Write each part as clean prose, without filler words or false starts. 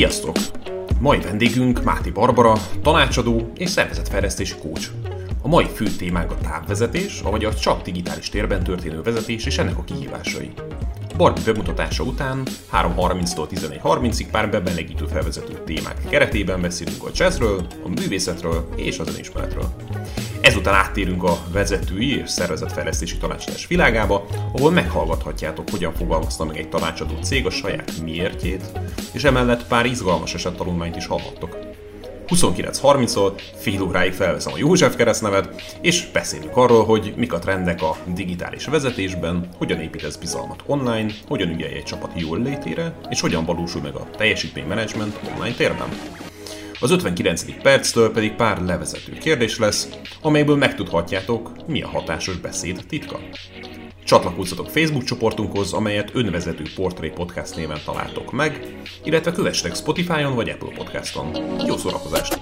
Sziasztok! Mai vendégünk Máté Barbara, tanácsadó és szervezetfejlesztési coach. A mai fő témánk a távvezetés, avagy a csak digitális térben történő vezetés és ennek a kihívásai. Barbie bemutatása után 3:30-tól 11:30-ig pár bemelegítő felvezető témák keretében beszélünk a jazzről, a művészetről és a zeneismeretről. Ezután áttérünk a vezetői és szervezetfejlesztési tanácsadás világába, ahol meghallgathatjátok, hogyan fogalmazta meg egy tanácsadó cég a saját miértjét, és emellett pár izgalmas esettanulmányt is hallhattok. 29:30-tól fél óráig felveszem a József keresztnevet, és beszélünk arról, hogy mik a trendek a digitális vezetésben, hogyan építesz bizalmat online, hogyan ügyelj egy csapat jól létére, és hogyan valósul meg a teljesítménymenedzsment online térben. Az 59. perctől pedig pár levezető kérdés lesz, amelyből megtudhatjátok, mi a hatásos beszéd titka. Csatlakozzatok Facebook csoportunkhoz, amelyet Önvezető Portré Podcast néven találtok meg, illetve kövessetek Spotify-on vagy Apple Podcaston. Jó szórakozást!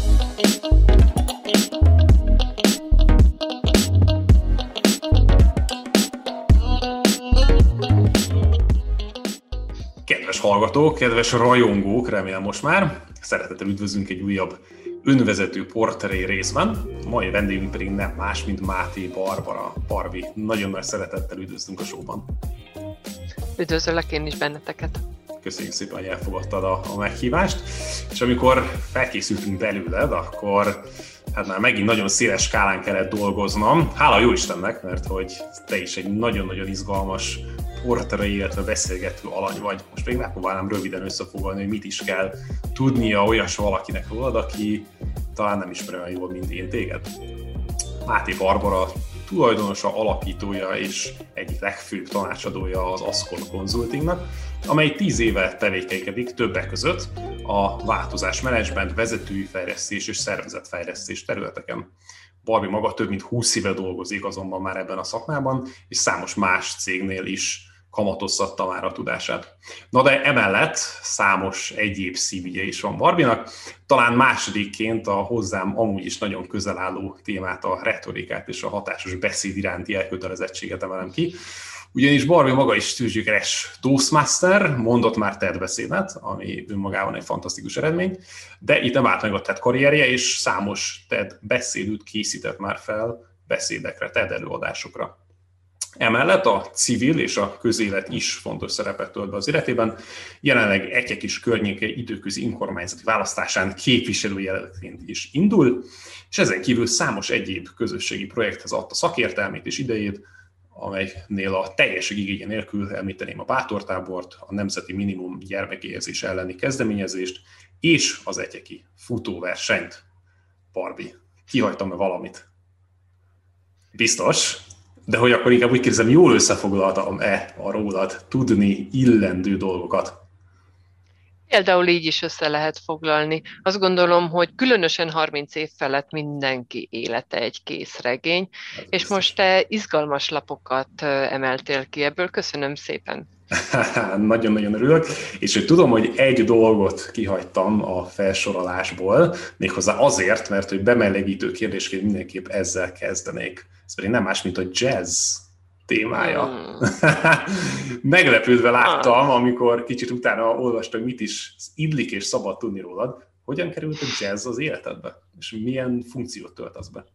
Kedves hallgatók, kedves rajongók, remélem most már szeretettel üdvözlünk egy újabb Önvezető Portré részben. A mai vendégünk pedig nem más, mint Máté Barbara. Barbi, nagyon nagy szeretettel üdvözlünk a showban. Üdvözöllek én is benneteket. Köszönjük szépen, hogy elfogadtad a meghívást. És amikor felkészültünk belőled, akkor hát már megint nagyon széles skálán kellett dolgoznom. Hála jó Istennek, mert hogy te is egy nagyon-nagyon izgalmas portré, illetve beszélgető alany vagy. Most még megpróbálnám röviden összefoglalni, hogy mit is kell tudnia olyas valakinek rólad, aki talán nem ismer olyan jól, mint én téged. Máté Barbara tulajdonosa, alapítója és egyik legfőbb tanácsadója az Ascon Consultingnak, amely 10 éve tevékenykedik többek között a változásmenedzsment, vezetői fejlesztés és szervezetfejlesztés területeken. Barbie maga több mint 20 éve dolgozik azonban már ebben a szakmában, és számos más cégnél is kamatoztatta már a tudását. Na de emellett számos egyéb szívügye is van Barbinak, talán másodikként a hozzám amúgy is nagyon közel álló témát, a retorikát és a hatásos beszéd iránti elkötelezettséget emelem ki. Ugyanis Barbie maga is tűzsikeres Toastmaster, mondott már TED beszédet, ami önmagában egy fantasztikus eredmény, de itt nem állt meg a TED karrierje, és számos TED beszédút készített már fel beszédekre, TED előadásokra. Emellett a civil és a közélet is fontos szerepet tölt be az életében. Jelenleg Etyek környéke időközi önkormányzati választásán képviselőjelöltként is indul, és ezen kívül számos egyéb közösségi projekthez adta szakértelmét és idejét, amelynél a teljesség igénye nélkül említeném a Bátortábort, a Nemzeti Minimum gyermekéhezés elleni kezdeményezést és az etyeki futóversenyt. Barbie, kihagytam-e valamit? Biztos, de hogy akkor inkább úgy kérdezem, jól összefoglaltam-e a rólad tudni illendő dolgokat? Például így is össze lehet foglalni. Azt gondolom, hogy különösen 30 év felett mindenki élete egy készregény, és most te izgalmas lapokat emeltél ki ebből. Köszönöm szépen. Nagyon-nagyon örülök, és hogy tudom, hogy egy dolgot kihagytam a felsorolásból, méghozzá azért, mert hogy bemelegítő kérdésként mindenképp ezzel kezdenék. Ez pedig nem más, mint a jazz témája. Meglepődve láttam, amikor kicsit utána olvastam, mit is illik és szabad tudni rólad, hogyan került a jazz az életedbe, és milyen funkciót tölt az be?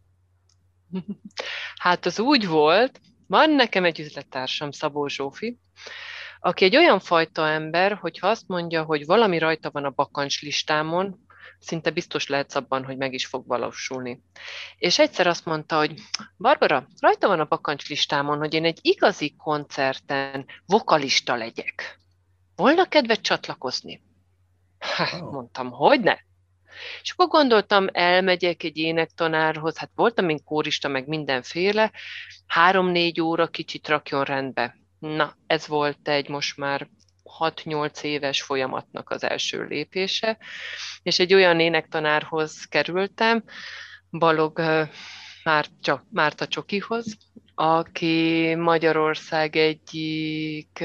Hát az úgy volt, van nekem egy üzlettársam, Szabó Zsófi, aki egy olyan fajta ember, hogyha azt mondja, hogy valami rajta van a bakancs listámon, szinte biztos lehetsz abban, hogy meg is fog valósulni. És egyszer azt mondta, hogy Barbara, rajta van a bakancs listámon, hogy én egy igazi koncerten vokalista legyek. Volna kedved csatlakozni? Mondtam, hogy ne? És akkor gondoltam, elmegyek egy énektanárhoz, hát voltam én kórista, meg mindenféle, 3-4 óra kicsit rakjon rendbe. Na, ez volt egy most már 6-8 éves folyamatnak az első lépése, és egy olyan énektanárhoz kerültem, Balog Márta Csokihoz, aki Magyarország egyik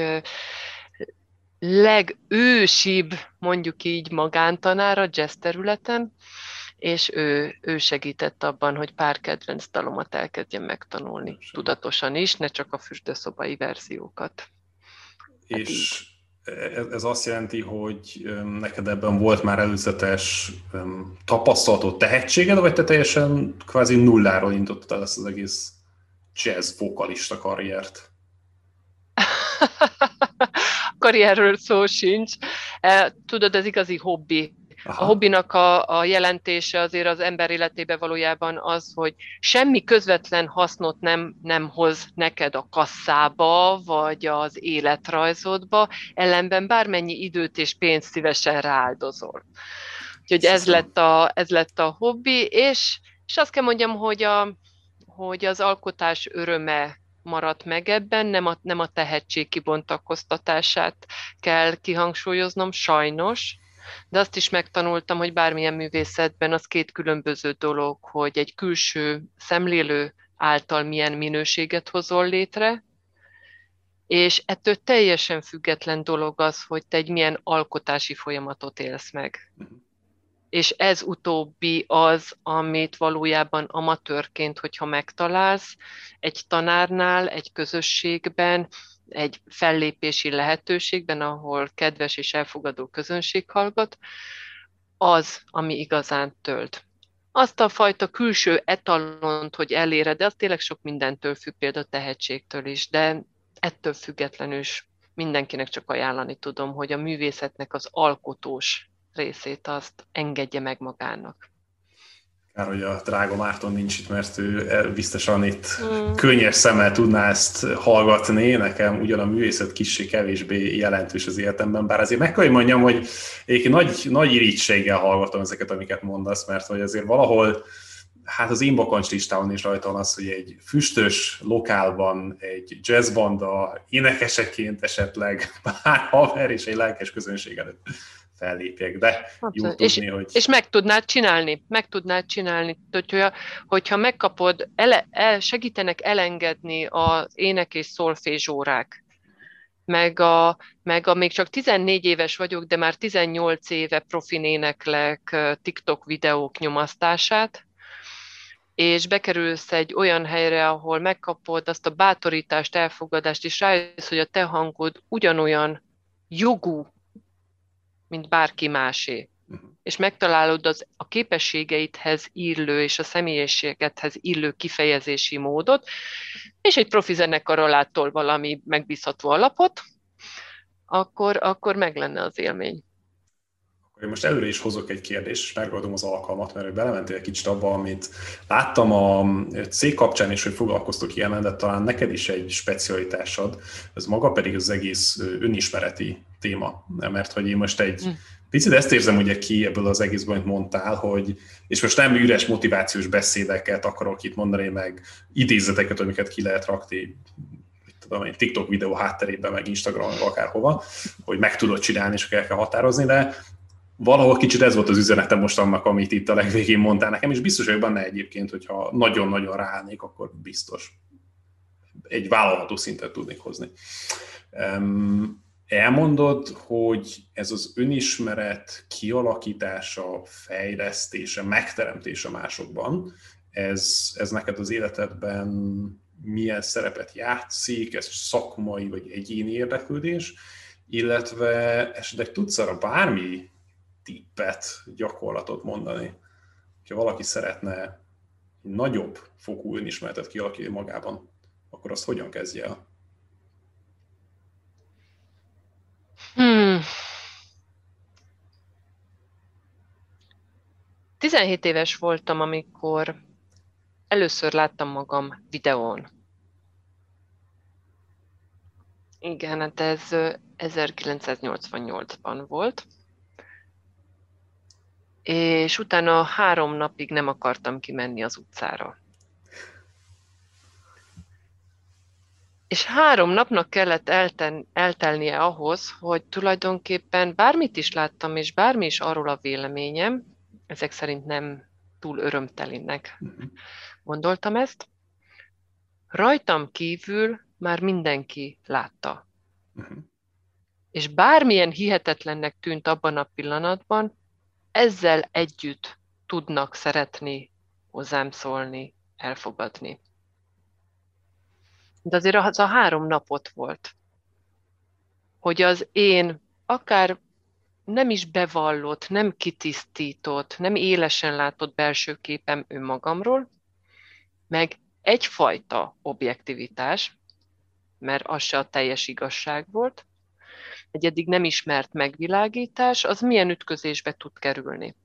legősibb, mondjuk így magántanára jazz területen, és ő segített abban, hogy pár kedvenc dalomat elkezdjem megtanulni. Tudatosan is, ne csak a fürdőszobai verziókat. És ez azt jelenti, hogy neked ebben volt már előzetes tapasztalatod, tehetséged, vagy te teljesen kvázi nulláról indítottad ezt az egész jazz vokalista karriert? Karrierről szó sincs. Tudod, ez igazi hobbi. A Aha. hobbinak a jelentése azért az ember életében valójában az, hogy semmi közvetlen hasznot nem hoz neked a kasszába, vagy az életrajzodba, ellenben bármennyi időt és pénzt szívesen rááldozol. Úgyhogy ez lett a hobbi, és azt kell mondjam, hogy az alkotás öröme maradt meg ebben, nem a tehetség kibontakoztatását kell kihangsúlyoznom, sajnos, de azt is megtanultam, hogy bármilyen művészetben az két különböző dolog, hogy egy külső szemlélő által milyen minőséget hozol létre, és ettől teljesen független dolog az, hogy te egy milyen alkotási folyamatot élsz meg. És ez utóbbi az, amit valójában amatőrként, hogyha megtalálsz, egy tanárnál, egy közösségben, egy fellépési lehetőségben, ahol kedves és elfogadó közönség hallgat, az, ami igazán tölt. Azt a fajta külső etalont, hogy eléred, de az tényleg sok mindentől függ, például tehetségtől is, de ettől függetlenül is mindenkinek csak ajánlani tudom, hogy a művészetnek az alkotós részét azt engedje meg magának. Kár, hogy a drága Márton nincs itt, mert ő biztosan itt könnyes szemmel tudná ezt hallgatni. Nekem ugyan a művészet kissé-kevésbé jelentős az életemben, bár azért meg kell, hogy mondjam, hogy nagy irítséggel hallgatom ezeket, amiket mondasz, mert hogy azért valahol hát az én bakancslistámon is rajta van az, hogy egy füstös lokálban egy jazzbanda énekeseként esetleg pár haver és egy lelkes közönség előtt fellépjek, de jó tudni, hogy... És meg tudnád csinálni, hogyha megkapod, segítenek elengedni az ének és szolfézsórák, meg még csak 14 éves vagyok, de már 18 éve profin éneklek TikTok videók nyomasztását, és bekerülsz egy olyan helyre, ahol megkapod azt a bátorítást, elfogadást, és rájössz, hogy a te hangod ugyanolyan jogú, mint bárki másé. És megtalálod a képességeidhez illő és a személyiségedhez illő kifejezési módot, és egy profi zenekarral láttól valami megbízható alapot, akkor meg lenne az élmény. Én most előre is hozok egy kérdést, és megadom az alkalmat, mert belementél egy kicsit abba, amit láttam a cég kapcsán is, hogy foglalkoztok ilyen, de talán neked is egy specialitásod, ez maga pedig az egész önismereti téma. Mert hogy én most egy picit ezt érzem ugye ki ebből az egészből, amit mondtál, hogy, és most nem üres motivációs beszédeket akarok itt mondani, meg idézeteket, amiket ki lehet rakni, tudom, egy TikTok videó hátterében, meg Instagramon, akárhova, hogy meg tudod csinálni, és el kell határozni, de valahol kicsit ez volt az üzenetem most annak, amit itt a legvégén mondtál nekem, és biztos vagyok benne egyébként, hogyha nagyon-nagyon ráállnék, akkor biztos egy vállalható szintet tudnék hozni. Elmondod, hogy ez az önismeret kialakítása, fejlesztése, megteremtése másokban, ez neked az életedben milyen szerepet játszik, ez szakmai vagy egyéni érdeklődés, illetve esetleg tudsz arra bármi tippet, gyakorlatot mondani, ha valaki szeretne nagyobb fokú önismeretet kialakítani magában, akkor azt hogyan kezdje el? 17 éves voltam, amikor először láttam magam videón. Igen, hát ez 1988-ban volt. És utána 3 napig nem akartam kimenni az utcára. És 3 napnak kellett eltelnie ahhoz, hogy tulajdonképpen bármit is láttam, és bármi is arról a véleményem, ezek szerint nem túl örömtelinek gondoltam ezt, rajtam kívül már mindenki látta. És bármilyen hihetetlennek tűnt abban a pillanatban, ezzel együtt tudnak szeretni, hozzám szólni, elfogadni. De azért az a 3 napot volt. hogy az én akár nem is bevallott, nem kitisztított, nem élesen látott belső képem önmagamról, meg egyfajta objektivitás, mert az se a teljes igazság volt, egy eddig nem ismert megvilágítás, az milyen ütközésbe tud kerülni.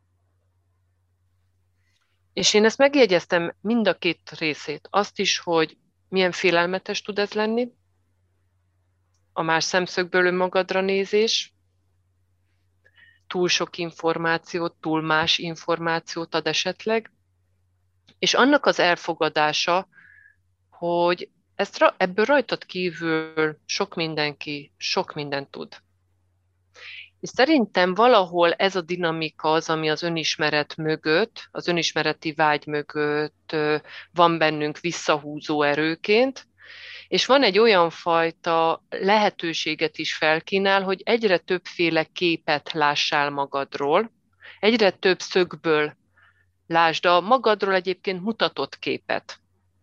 És én ezt megjegyeztem mind a két részét. Azt is, hogy milyen félelmetes tud ez lenni, a más szemszögből önmagadra nézés, túl sok információt, túl más információt ad esetleg, és annak az elfogadása, hogy ebből rajtad kívül sok mindenki, sok mindent tud. És szerintem valahol ez a dinamika az, ami az önismeret mögött, az önismereti vágy mögött van bennünk visszahúzó erőként, és van egy olyan fajta lehetőséget is felkínál, hogy egyre többféle képet lássál magadról, egyre több szögből lásd a magadról egyébként mutatott képet.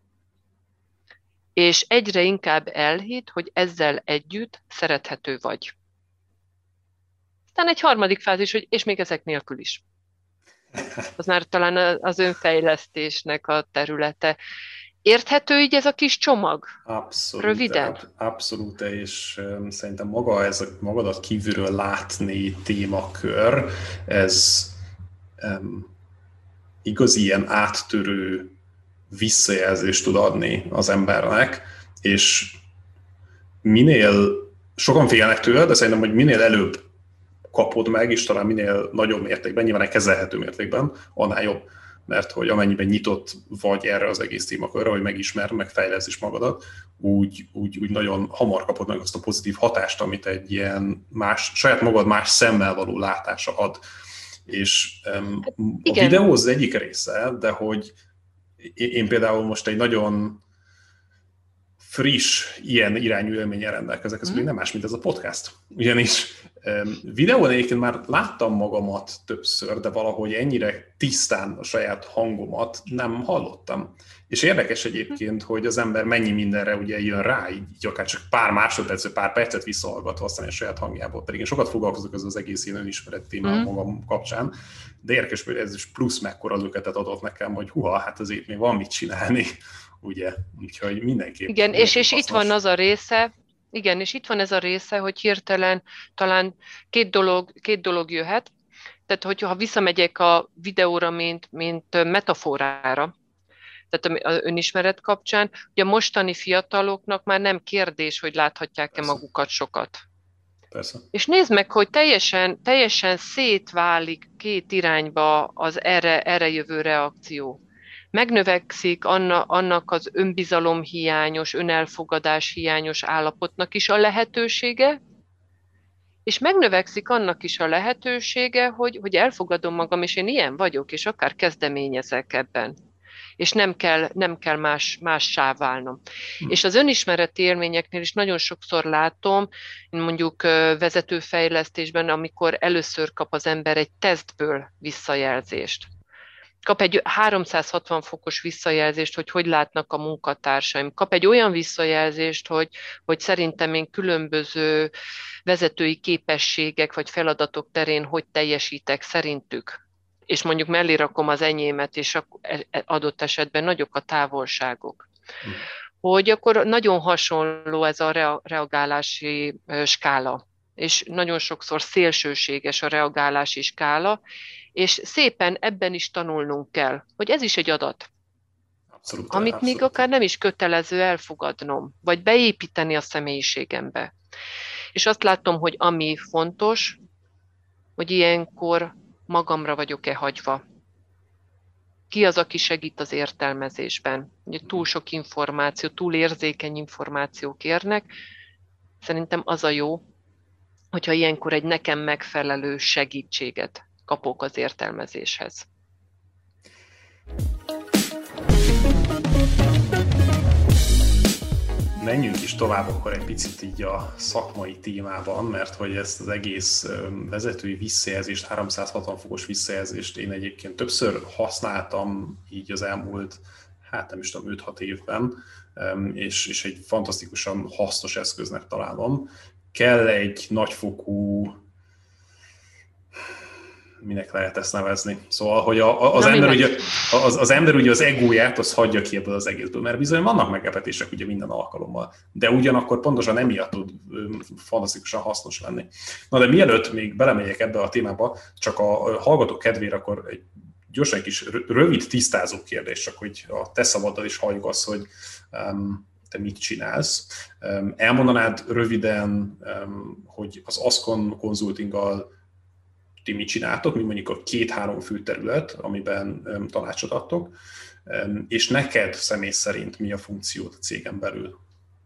És egyre inkább elhidd, hogy ezzel együtt szerethető vagy. Aztán egy harmadik fázis, hogy és még ezek nélkül is. Az már talán az önfejlesztésnek a területe. Érthető így ez a kis csomag? Abszolút. Röviden? Abszolút, és szerintem maga ez a magadat kívülről látni témakör, ez igazi ilyen áttörő visszajelzést tud adni az embernek, és minél sokan félnek tőle, de szerintem, hogy minél előbb kapod meg, és talán minél nagyobb mértékben, nyilván egy kezelhető mértékben, annál jobb. Mert hogy amennyiben nyitott vagy erre az egész témakörre, hogy megismer, megfejlesz is magadat, úgy nagyon hamar kapod meg azt a pozitív hatást, amit egy ilyen saját magad más szemmel való látása ad. És a videó az egyik része, de hogy én például most egy nagyon friss ilyen irányú élménnyel rendelkezek, ez még nem más, mint ez a podcast. Ugyanis videón egyébként már láttam magamat többször, de valahogy ennyire tisztán a saját hangomat nem hallottam. És érdekes egyébként, hogy az ember mennyi mindenre ugye jön rá, így akár csak pár másodpercet, pár percet visszahallgatva aztán a saját hangjából. Pedig én sokat foglalkozok az egész ilyen önismeret témával magam kapcsán, de érdekes, hogy ez is plusz mekkora löketet adott nekem, hogy hát azért még van mit csinálni, ugye? Úgyhogy mindenképp. Igen, és itt van az a része, igen, és itt van ez a része, hogy hirtelen talán két dolog jöhet. Tehát, hogyha visszamegyek a videóra, mint metaforára, tehát az önismeret kapcsán, ugye a mostani fiataloknak már nem kérdés, hogy láthatják-e magukat sokat. Persze. És nézd meg, hogy teljesen szétválik két irányba az erre jövő reakció. Megnövekszik annak az önbizalom hiányos, önelfogadás hiányos állapotnak is a lehetősége, és megnövekszik annak is a lehetősége, hogy elfogadom magam, és én ilyen vagyok, és akár kezdeményezek ebben. És nem kell mássá válnom. És az önismereti élményeknél is nagyon sokszor látom, mondjuk vezetőfejlesztésben, amikor először kap az ember egy tesztből visszajelzést. Kap egy 360 fokos visszajelzést, hogy látnak a munkatársaim. Kap egy olyan visszajelzést, hogy szerintem én különböző vezetői képességek vagy feladatok terén hogy teljesítek szerintük. És mondjuk mellé rakom az enyémet, és adott esetben nagyok a távolságok. Hogy akkor nagyon hasonló ez a reagálási skála, és nagyon sokszor szélsőséges a reagálási skála, és szépen ebben is tanulnunk kell, hogy ez is egy adat. Abszolút, amit még akár nem is kötelező elfogadnom, vagy beépíteni a személyiségembe. És azt látom, hogy ami fontos, hogy ilyenkor magamra vagyok-e hagyva. Ki az, aki segít az értelmezésben? Ugye túl sok információ, túl érzékeny információk érnek. Szerintem az a jó, hogyha ilyenkor egy nekem megfelelő segítséget kapok az értelmezéshez. Menjünk is tovább akkor egy picit így a szakmai témában, mert hogy ezt az egész vezetői visszajelzést, 360 fokos visszajelzést én egyébként többször használtam így az elmúlt, nem is tudom, 5-6 évben, és egy fantasztikusan hasznos eszköznek találom. kell egy nagyfokú, minek lehet ezt nevezni. Szóval, hogy az ember ugye az egóját az hagyja ki ebből az egészből, mert bizony vannak meglepetések ugye minden alkalommal, de ugyanakkor pontosan emiatt tud fantasztikusan hasznos lenni. Na de mielőtt még belemegyek ebbe a témába, csak a hallgatók kedvére akkor egy gyorsan egy kis rövid tisztázó kérdés, csak hogy a te szavaddal is halljuk azt, hogy te mit csinálsz. Elmondanád röviden, hogy az Ascon Consultinggal ti mit csináltok, mi mondjuk a 2-3 fő terület, amiben tanácsot adtok, és neked személy szerint mi a funkciót a cégen belül?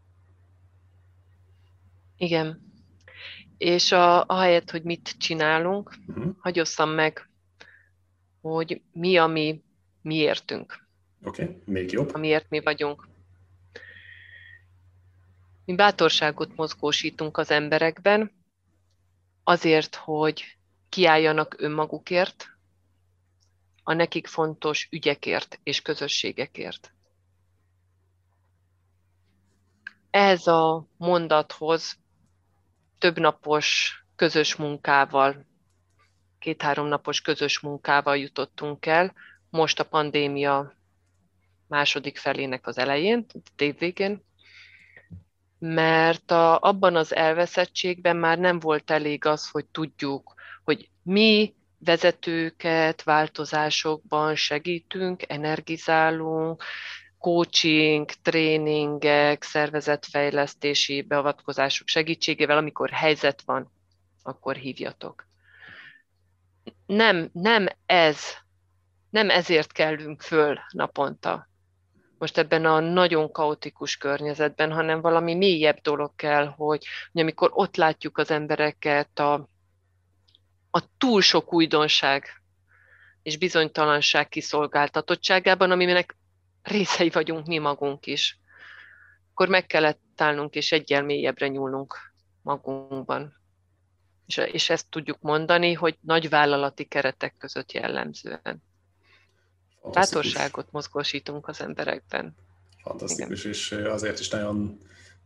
Igen. És ahelyett, hogy mit csinálunk, hadd osszam meg, hogy mi a mi miértünk. Oké, még jobb. Amiért mi vagyunk. Mi bátorságot mozgósítunk az emberekben, azért, hogy kiálljanak önmagukért, a nekik fontos ügyekért és közösségekért. Ehhez a mondathoz többnapos közös munkával, 2-3 napos közös munkával jutottunk el, most a pandémia második felének az elején, évvégén, mert abban az elveszettségben már nem volt elég az, hogy tudjuk, hogy mi vezetőket változásokban segítünk, energizálunk, coaching, tréningek, szervezetfejlesztési beavatkozások segítségével, amikor helyzet van, akkor hívjatok. Nem ezért kellünk föl naponta. Most ebben a nagyon kaotikus környezetben, hanem valami mélyebb dolog kell, hogy amikor ott látjuk az embereket a túl sok újdonság és bizonytalanság kiszolgáltatottságában, aminek részei vagyunk mi magunk is, akkor meg kellett állnunk és egyel mélyebbre nyúlnunk magunkban. És ezt tudjuk mondani, hogy nagy vállalati keretek között jellemzően. Bátorságot mozgósítunk az emberekben. Fantasztikus, igen. És azért is nagyon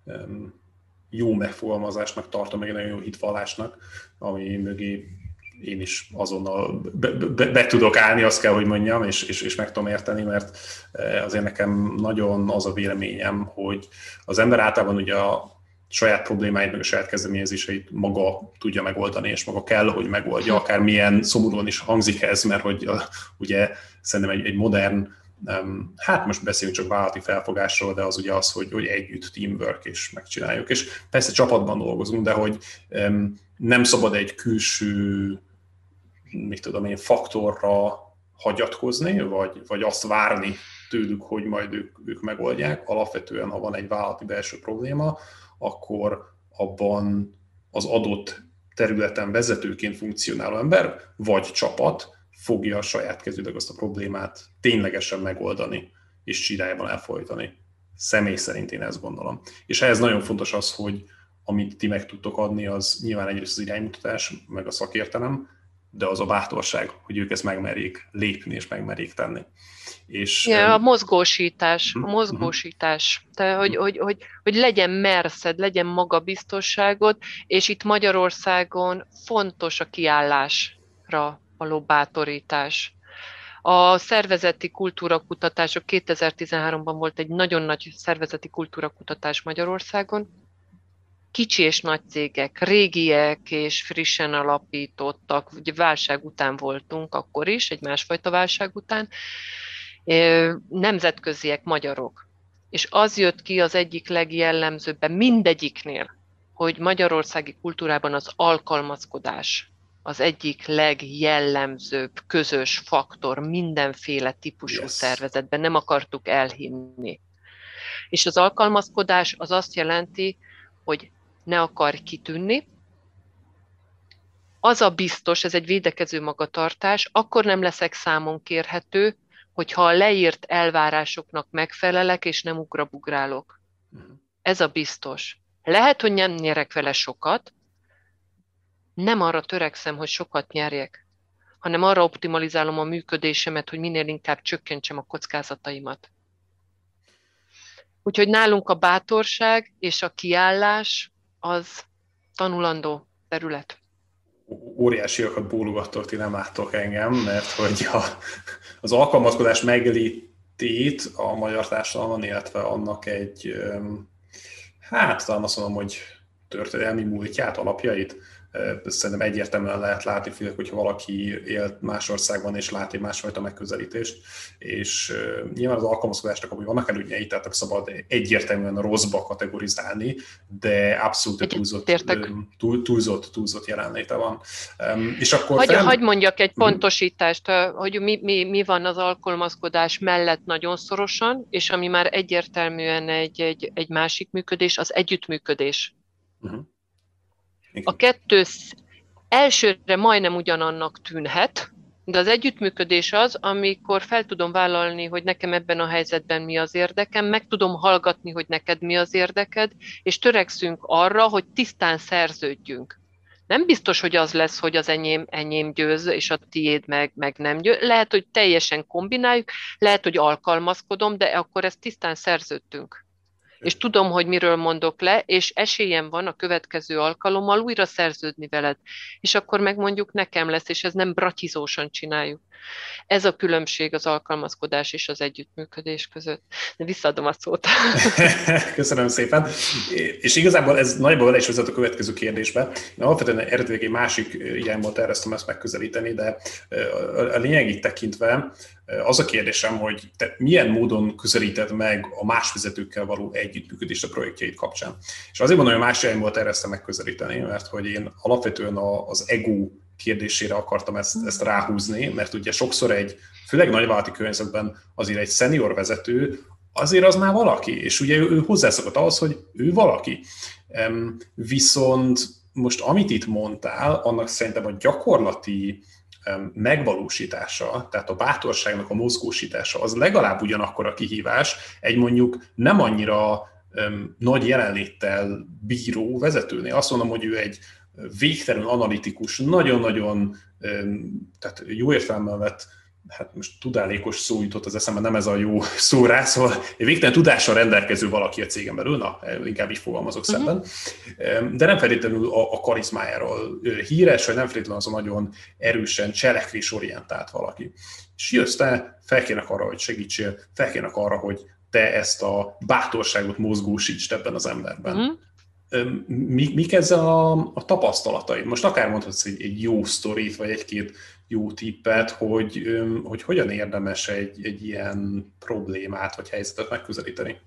jó megfogalmazásnak tartom, meg egy nagyon jó hitvallásnak, ami mögé én is azonnal be tudok állni, azt kell, hogy mondjam, és meg tudom érteni, mert azért nekem nagyon az a véleményem, hogy az ember általában ugye a saját problémáit, meg a saját kezdeményezéseit maga tudja megoldani, és maga kell, hogy megoldja, akár milyen szomorúan is hangzik ez, mert hogy ugye szerintem egy modern, hát most beszélünk csak vállalati felfogásról, de az ugye az, hogy együtt teamwork és megcsináljuk. És persze csapatban dolgozunk, de hogy nem szabad egy külső, mit tudom én, faktorra hagyatkozni, vagy azt várni tőlük, hogy majd ők megoldják. Alapvetően, ha van egy vállalati belső probléma, akkor abban az adott területen vezetőként funkcionáló ember, vagy csapat fogja a saját kezűleg azt a problémát ténylegesen megoldani, és csirájában elfolytani. Személy szerint én ezt gondolom. És ehhez nagyon fontos az, hogy amit ti meg tudtok adni, az nyilván egyrészt az iránymutatás, meg a szakértelem, de az a bátorság, hogy ők ezt megmerjék lépni, és megmerjék tenni. És, ja, a mozgósítás. Tehát, hogy legyen merszed, legyen magabiztosságod, és itt Magyarországon fontos a kiállásra való bátorítás. A szervezeti kultúrakutatások 2013-ban volt egy nagyon nagy szervezeti kultúrakutatás Magyarországon. Kicsi és nagy cégek, régiek és frissen alapítottak, ugye válság után voltunk akkor is, egy másfajta válság után, nemzetköziek, magyarok. És az jött ki az egyik legjellemzőbben mindegyiknél, hogy magyarországi kultúrában az alkalmazkodás az egyik legjellemzőbb közös faktor mindenféle típusú szervezetben, nem akartuk elhinni. És az alkalmazkodás az azt jelenti, hogy ne akar kitűnni. Az a biztos, ez egy védekező magatartás, akkor nem leszek számon kérhető, hogyha a leírt elvárásoknak megfelelek, és nem ugrabugrálok. Ez a biztos. Lehet, hogy nem nyerek vele sokat, nem arra törekszem, hogy sokat nyerjek, hanem arra optimalizálom a működésemet, hogy minél inkább csökkentsem a kockázataimat. Úgyhogy nálunk a bátorság és a kiállás az tanulandó terület. Óriásiakat bólogattok, ti nem láttok engem, mert hogy az alkalmazkodás meglétét a magyar társadalomban, illetve annak egy, hát talán azt mondom, hogy történelmi múltját, alapjait, szerintem egyértelműen lehet látni, főleg, hogyha valaki élt más országban és lát egy másfajta megközelítést, és nyilván az alkalmazkodásnak amúgy vannak előnyei, tehát nem szabad egyértelműen a rosszba kategorizálni, de abszolút túlzott jelenléte van. És akkor Hagy mondjak egy pontosítást, hogy mi van az alkalmazkodás mellett nagyon szorosan, és ami már egyértelműen egy másik működés, az együttműködés. A kettő elsőre majdnem ugyanannak tűnhet, de az együttműködés az, amikor fel tudom vállalni, hogy nekem ebben a helyzetben mi az érdekem, meg tudom hallgatni, hogy neked mi az érdeked, és törekszünk arra, hogy tisztán szerződjünk. Nem biztos, hogy az lesz, hogy az enyém győz, és a tiéd meg nem győz. Lehet, hogy teljesen kombináljuk, lehet, hogy alkalmazkodom, de akkor ezt tisztán szerződtünk. És tudom, hogy miről mondok le, és esélyem van a következő alkalommal újra szerződni veled. És akkor megmondjuk, nekem lesz, és ez nem bratizósan csináljuk. Ez a különbség az alkalmazkodás és az együttműködés között. De visszaadom a szót. Köszönöm szépen. És igazából ez nagyjából vele is vezet a következő kérdésbe. Én alapvetően eredetileg egy másik irányból terveztem ezt megközelíteni, de a lényegét tekintve az a kérdésem, hogy te milyen módon közelíted meg a más vezetőkkel való együttműködést a projektjeid kapcsán. És azért mondom, hogy más irányból terveztem megközelíteni, mert hogy én alapvetően az ego kérdésére akartam ezt ráhúzni, mert ugye sokszor főleg nagyvállalati környezetben azért egy senior vezető, azért az már valaki, és ugye ő hozzászokott ahhoz, hogy ő valaki. Viszont most amit itt mondtál, annak szerintem a gyakorlati megvalósítása, tehát a bátorságnak a mozgósítása, az legalább ugyanakkor a kihívás egy mondjuk nem annyira nagy jelenléttel bíró vezetőnél. Azt mondom, hogy ő egy végtelenül analitikus, nagyon-nagyon, tehát jó értelemben vett, hát most tudálékos szó jutott az eszembe, nem ez a jó szó rá, szóval egy végtelen tudással rendelkező valaki a cégen belül, inkább így fogalmazok szemben, de nem feltétlenül a karizmájáról híres, vagy nem feltétlenül az a nagyon erősen cselekvésorientált valaki. És jössz te, felkérnek arra, hogy segítsél, felkérnek arra, hogy te ezt a bátorságot mozgósítsd ebben az emberben. Mik ezzel a tapasztalataid? Most akár mondhatsz egy jó sztorit, vagy egy-két jó tippet, hogy hogyan érdemes egy ilyen problémát, vagy helyzetet megközelíteni?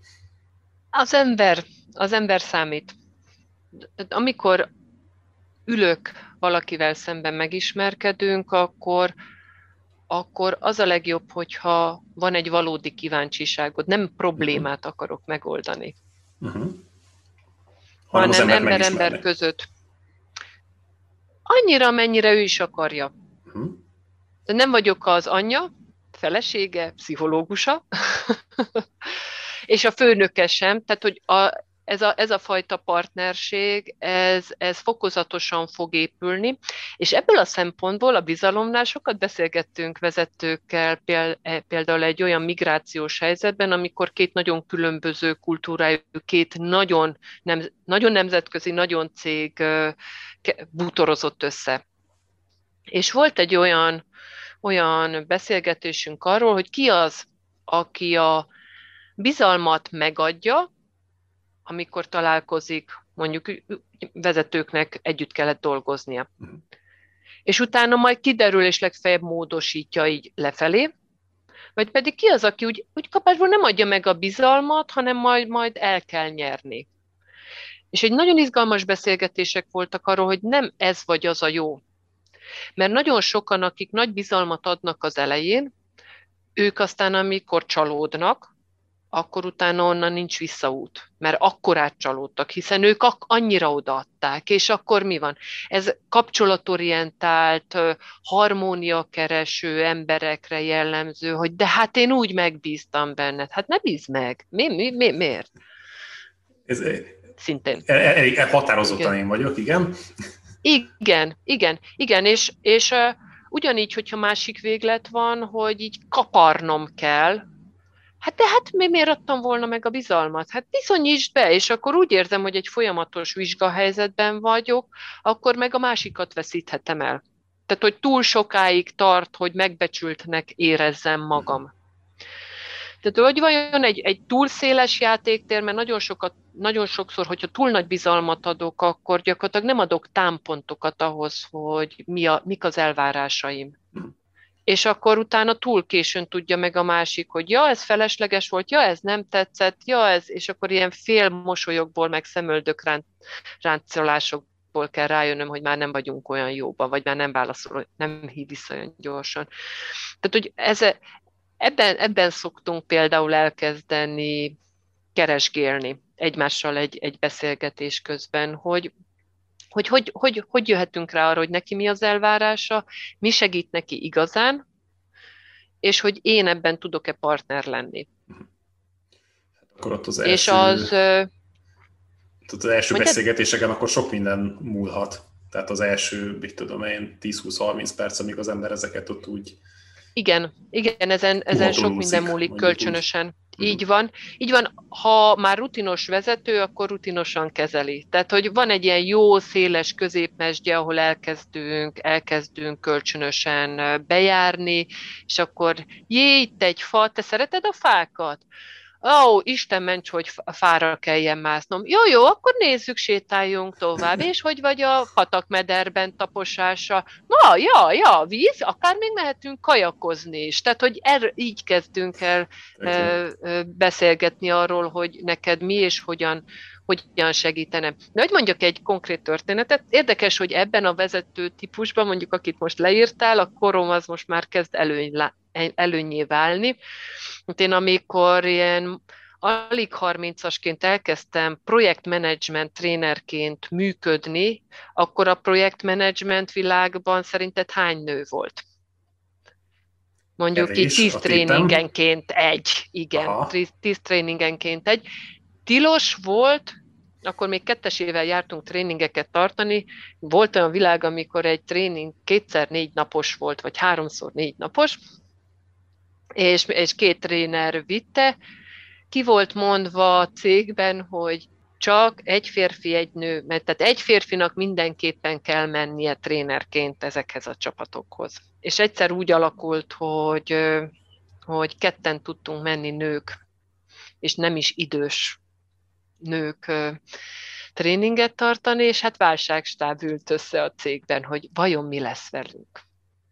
Az ember számít. Amikor ülök valakivel szemben megismerkedünk, akkor az a legjobb, hogyha van egy valódi kíváncsiságod, nem problémát akarok megoldani. Hanem ember között. Annyira, amennyire ő is akarja. De nem vagyok az anyja, felesége, pszichológusa, és a főnöke sem, tehát hogy ez a fajta partnerség, ez fokozatosan fog épülni, és ebből a szempontból a bizalomnál sokat beszélgettünk vezetőkkel, például egy olyan migrációs helyzetben, amikor két nagyon különböző kultúrájú, két nagyon nemzetközi, nagyon cég bútorozott össze. És volt egy olyan beszélgetésünk arról, hogy ki az, aki a bizalmat megadja, amikor találkozik, mondjuk vezetőknek együtt kellett dolgoznia. És utána majd kiderül, és legfeljebb módosítja így lefelé, vagy pedig ki az, aki úgy kapásból nem adja meg a bizalmat, hanem majd el kell nyerni. És egy nagyon izgalmas beszélgetések voltak arról, hogy nem ez vagy az a jó. Mert nagyon sokan, akik nagy bizalmat adnak az elején, ők aztán, amikor csalódnak, akkor utána onnan nincs visszaút, mert akkor átcsalódtak, hiszen ők annyira odaadták, és akkor mi van? Ez kapcsolatorientált, harmóniakereső emberekre jellemző, hogy de hát én úgy megbíztam benned. Hát ne bízd meg. Miért? Ez szintén. Elég határozottan én vagyok, igen. Igen, és ugyanígy, hogyha másik véglet van, hogy így kaparnom kell, Hát de hát miért adtam volna meg a bizalmat? Hát bizonyítsd be, és akkor úgy érzem, hogy egy folyamatos vizsgahelyzetben vagyok, akkor meg a másikat veszíthetem el. Tehát, hogy túl sokáig tart, hogy megbecsültnek érezzem magam. Tehát, hogy vajon egy túl széles játéktér, mert nagyon sokszor, hogyha túl nagy bizalmat adok, akkor gyakorlatilag nem adok támpontokat ahhoz, hogy mik az elvárásaim. És akkor utána túl későn tudja meg a másik, hogy ja, ez felesleges volt, ja, ez nem tetszett, ja, ez, és akkor ilyen fél mosolyokból, meg szemöldök ráncolásokból kell rájönnöm, hogy már nem vagyunk olyan jóban, vagy már nem válaszol, nem hív vissza olyan gyorsan. Tehát, hogy ebben szoktunk például elkezdeni keresgélni egymással egy beszélgetés közben, hogy jöhetünk rá arra, hogy neki mi az elvárása, mi segít neki igazán, és hogy én ebben tudok-e partner lenni. Akkor ott az első beszélgetéseken akkor sok minden múlhat. Tehát az első, mit tudom én, 10-20-30 perc, amíg az ember ezeket ott úgy... Igen, ezen sok minden múlik kölcsönösen. Úgy. Így van. Ha már rutinos vezető, akkor rutinosan kezeli. Tehát, hogy van egy ilyen jó, széles középmesdje, ahol elkezdünk kölcsönösen bejárni, és akkor itt egy fa, te szereted a fákat? Isten ments, hogy fára kelljen másznom. Jó, akkor nézzük, sétáljunk tovább. És hogy vagy a patakmederben taposása? Ja, víz, akár még mehetünk kajakozni is. Tehát, hogy így kezdünk el beszélgetni arról, hogy neked mi és hogyan segítene. De hogy mondjak egy konkrét történetet, érdekes, hogy ebben a vezető típusban, mondjuk akit most leírtál, a korom az most már kezd előnyé válni. Én amikor ilyen alig 30-asként elkezdtem projektmenedzsment trénerként működni, akkor a projektmenedzsment világban szerinted hány nő volt? Mondjuk így 10 tréningenként egy. Igen, 10 tréningenként egy. Tilos volt, akkor még 2-ével jártunk tréningeket tartani, volt olyan világ, amikor egy tréning 2x4 napos volt, vagy 3x4 napos, és 2 tréner vitte. Ki volt mondva a cégben, hogy csak egy férfi, egy nő, mert tehát egy férfinak mindenképpen kell mennie trénerként ezekhez a csapatokhoz. És egyszer úgy alakult, hogy 2 tudtunk menni nők, és nem is idős nők tréninget tartani, és hát válságstáb ült össze a cégben, hogy vajon mi lesz velünk.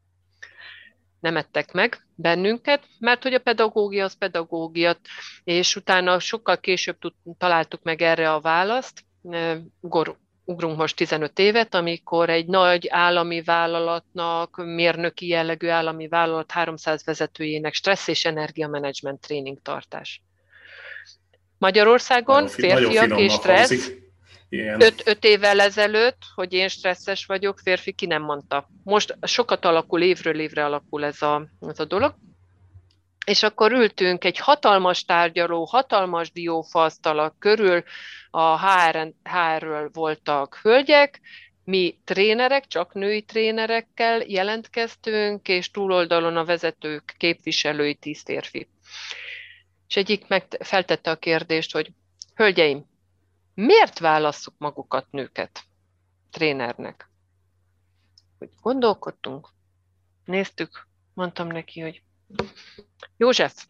Nem ettek meg bennünket, mert hogy a pedagógia az pedagógia, és utána sokkal később találtuk meg erre a választ, ugrunk most 15 évet, amikor egy nagy állami vállalatnak, mérnöki jellegű állami vállalat 300 vezetőjének stressz és energiamenedzsment tréning tartás. Magyarországon férfiak és stressz, 5 évvel ezelőtt, hogy én stresszes vagyok, férfi ki nem mondta. Most sokat alakul, évről évre alakul ez a dolog. És akkor ültünk egy hatalmas tárgyaló, hatalmas diófaasztalak körül, a HR-ről voltak hölgyek, mi trénerek, csak női trénerekkel jelentkeztünk, és túloldalon a vezetők képviselői 10 férfi. És egyik feltette a kérdést, hogy hölgyeim, miért válasszuk magukat nőket trénernek? Hogy gondolkodtunk, néztük, mondtam neki, hogy József,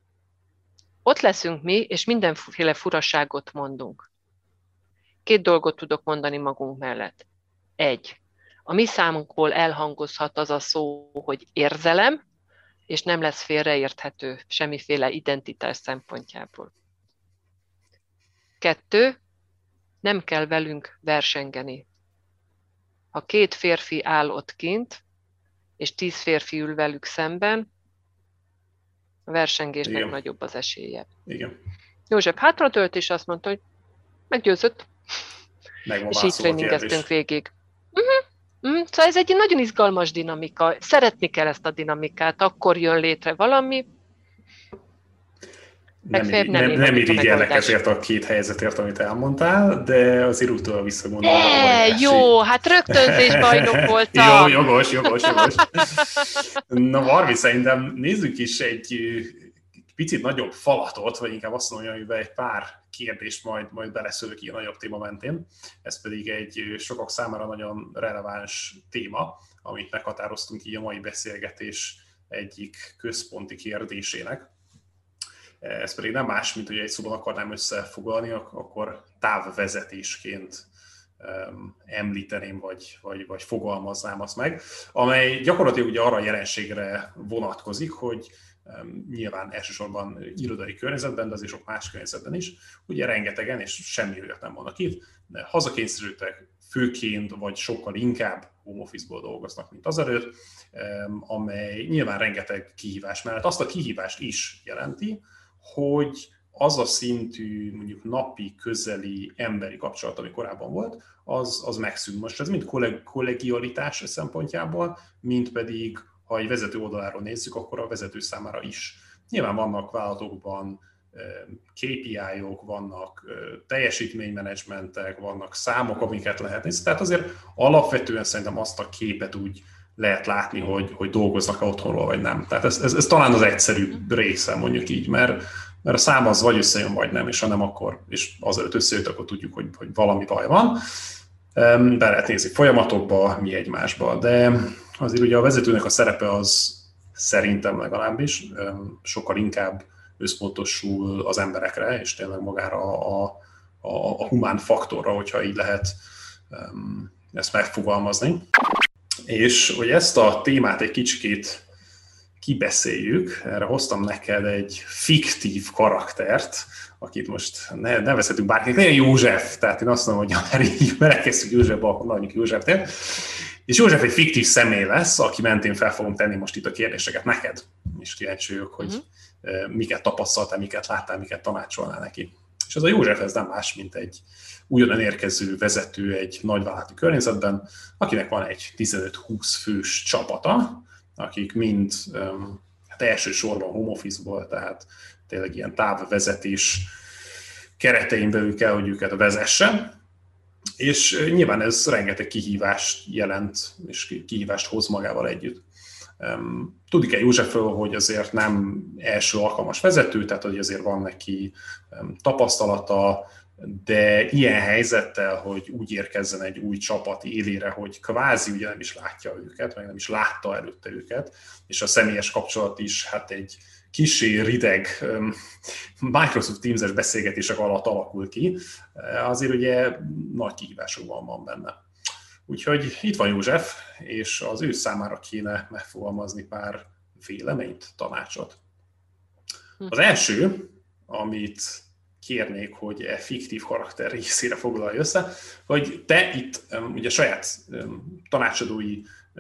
ott leszünk mi, és mindenféle furaságot mondunk. 2 dolgot tudok mondani magunk mellett. 1. A mi számunkból elhangozhat az a szó, hogy érzelem, és nem lesz félreérthető semmiféle identitás szempontjából. 2. Nem kell velünk versengeni. Ha 2 férfi áll ott kint, és 10 férfi ül velük szemben, a versengésnek igen. Nagyobb az esélye. Igen. József hátratölt, és azt mondta, hogy meggyőzött. És így tréningeztünk végig. Szóval ez egy nagyon izgalmas dinamika. Szeretni kell ezt a dinamikát, akkor jön létre valami. Nem irigyelnek ezért a 2 helyzetért, amit elmondtál, de azért úttól visszagondolva. Jó, hát rögtönzésbajnok voltam. Jogos. Na Barbi, szerintem nézzük is egy picit nagyobb falatot, vagy inkább azt mondom, hogy egy pár kérdést majd beleszőlök ki a nagyobb téma mentén. Ez pedig egy sokak számára nagyon releváns téma, amit meghatároztunk így a mai beszélgetés egyik központi kérdésének. Ez pedig nem más, mint hogy egy szóban akarnám összefoglalni, akkor távvezetésként említeném, vagy fogalmaznám azt meg, amely gyakorlatilag ugye arra a jelenségre vonatkozik, hogy nyilván elsősorban irodai környezetben, de azért sok más környezetben is, ugye rengetegen, és semmi olyat nem vannak itt, de hazakényszerültek főként, vagy sokkal inkább home office-ból dolgoznak, mint azelőtt, amely nyilván rengeteg kihívás mellett azt a kihívást is jelenti, hogy az a szintű, mondjuk napi, közeli emberi kapcsolat, ami korábban volt, az megszűnt. Most ez mind kollegialitás szempontjából, mind pedig, ha egy vezető oldaláról nézzük, akkor a vezető számára is. Nyilván vannak vállalatokban KPI-ok, vannak teljesítménymenedzsmentek, vannak számok, amiket lehet nézni. Tehát azért alapvetően szerintem azt a képet úgy lehet látni, hogy dolgoznak-e otthonról, vagy nem. Tehát ez talán az egyszerűbb része, mondjuk így, mert a szám az vagy összejön, vagy nem, és ha nem, akkor, és azelőtt összejött, akkor tudjuk, hogy valami baj van. Be lehet nézni folyamatokba, mi egymásba, de azért ugye a vezetőnek a szerepe az szerintem legalábbis sokkal inkább összpontosul az emberekre, és tényleg magára a humán faktorra, hogyha így lehet ezt megfogalmazni. És hogy ezt a témát egy kicsikét kibeszéljük, erre hoztam neked egy fiktív karaktert, akit most nevezhetünk bárkinek, nagyon József, tehát én azt mondom, hogy ha így belekezdjük Józsefbe, akkor nagyjuk Józsefnél. És József egy fiktív személy lesz, aki mentén fel fogom tenni most itt a kérdéseket neked, és kíváncsi vagyok, hogy miket tapasztaltál, miket láttál, miket tanácsolnál neki. És ez a József, ez nem más, mint egy újonnan érkező vezető egy nagyvállalati környezetben, akinek van egy 15-20 fős csapata, akik mind hát elsősorban home office-ból, tehát tényleg ilyen távvezetés keretein belül kell, hogy őket vezesse. És nyilván ez rengeteg kihívást jelent, és kihívást hoz magával együtt. Tudik-e Józsefről, hogy azért nem első alkalmas vezető, tehát hogy azért van neki tapasztalata, de ilyen helyzettel, hogy úgy érkezzen egy új csapat élére, hogy kvázi ugye nem is látja őket, meg nem is látta előtte őket, és a személyes kapcsolat is hát egy kissé rideg Microsoft Teams-es beszélgetések alatt alakul ki, azért ugye nagy kihívásokban van benne. Úgyhogy itt van József, és az ő számára kéne megfogalmazni pár véleményt, tanácsot. Az első, amit kérnék, hogy e fiktív karakter részére foglalja össze, hogy te itt ugye saját tanácsadói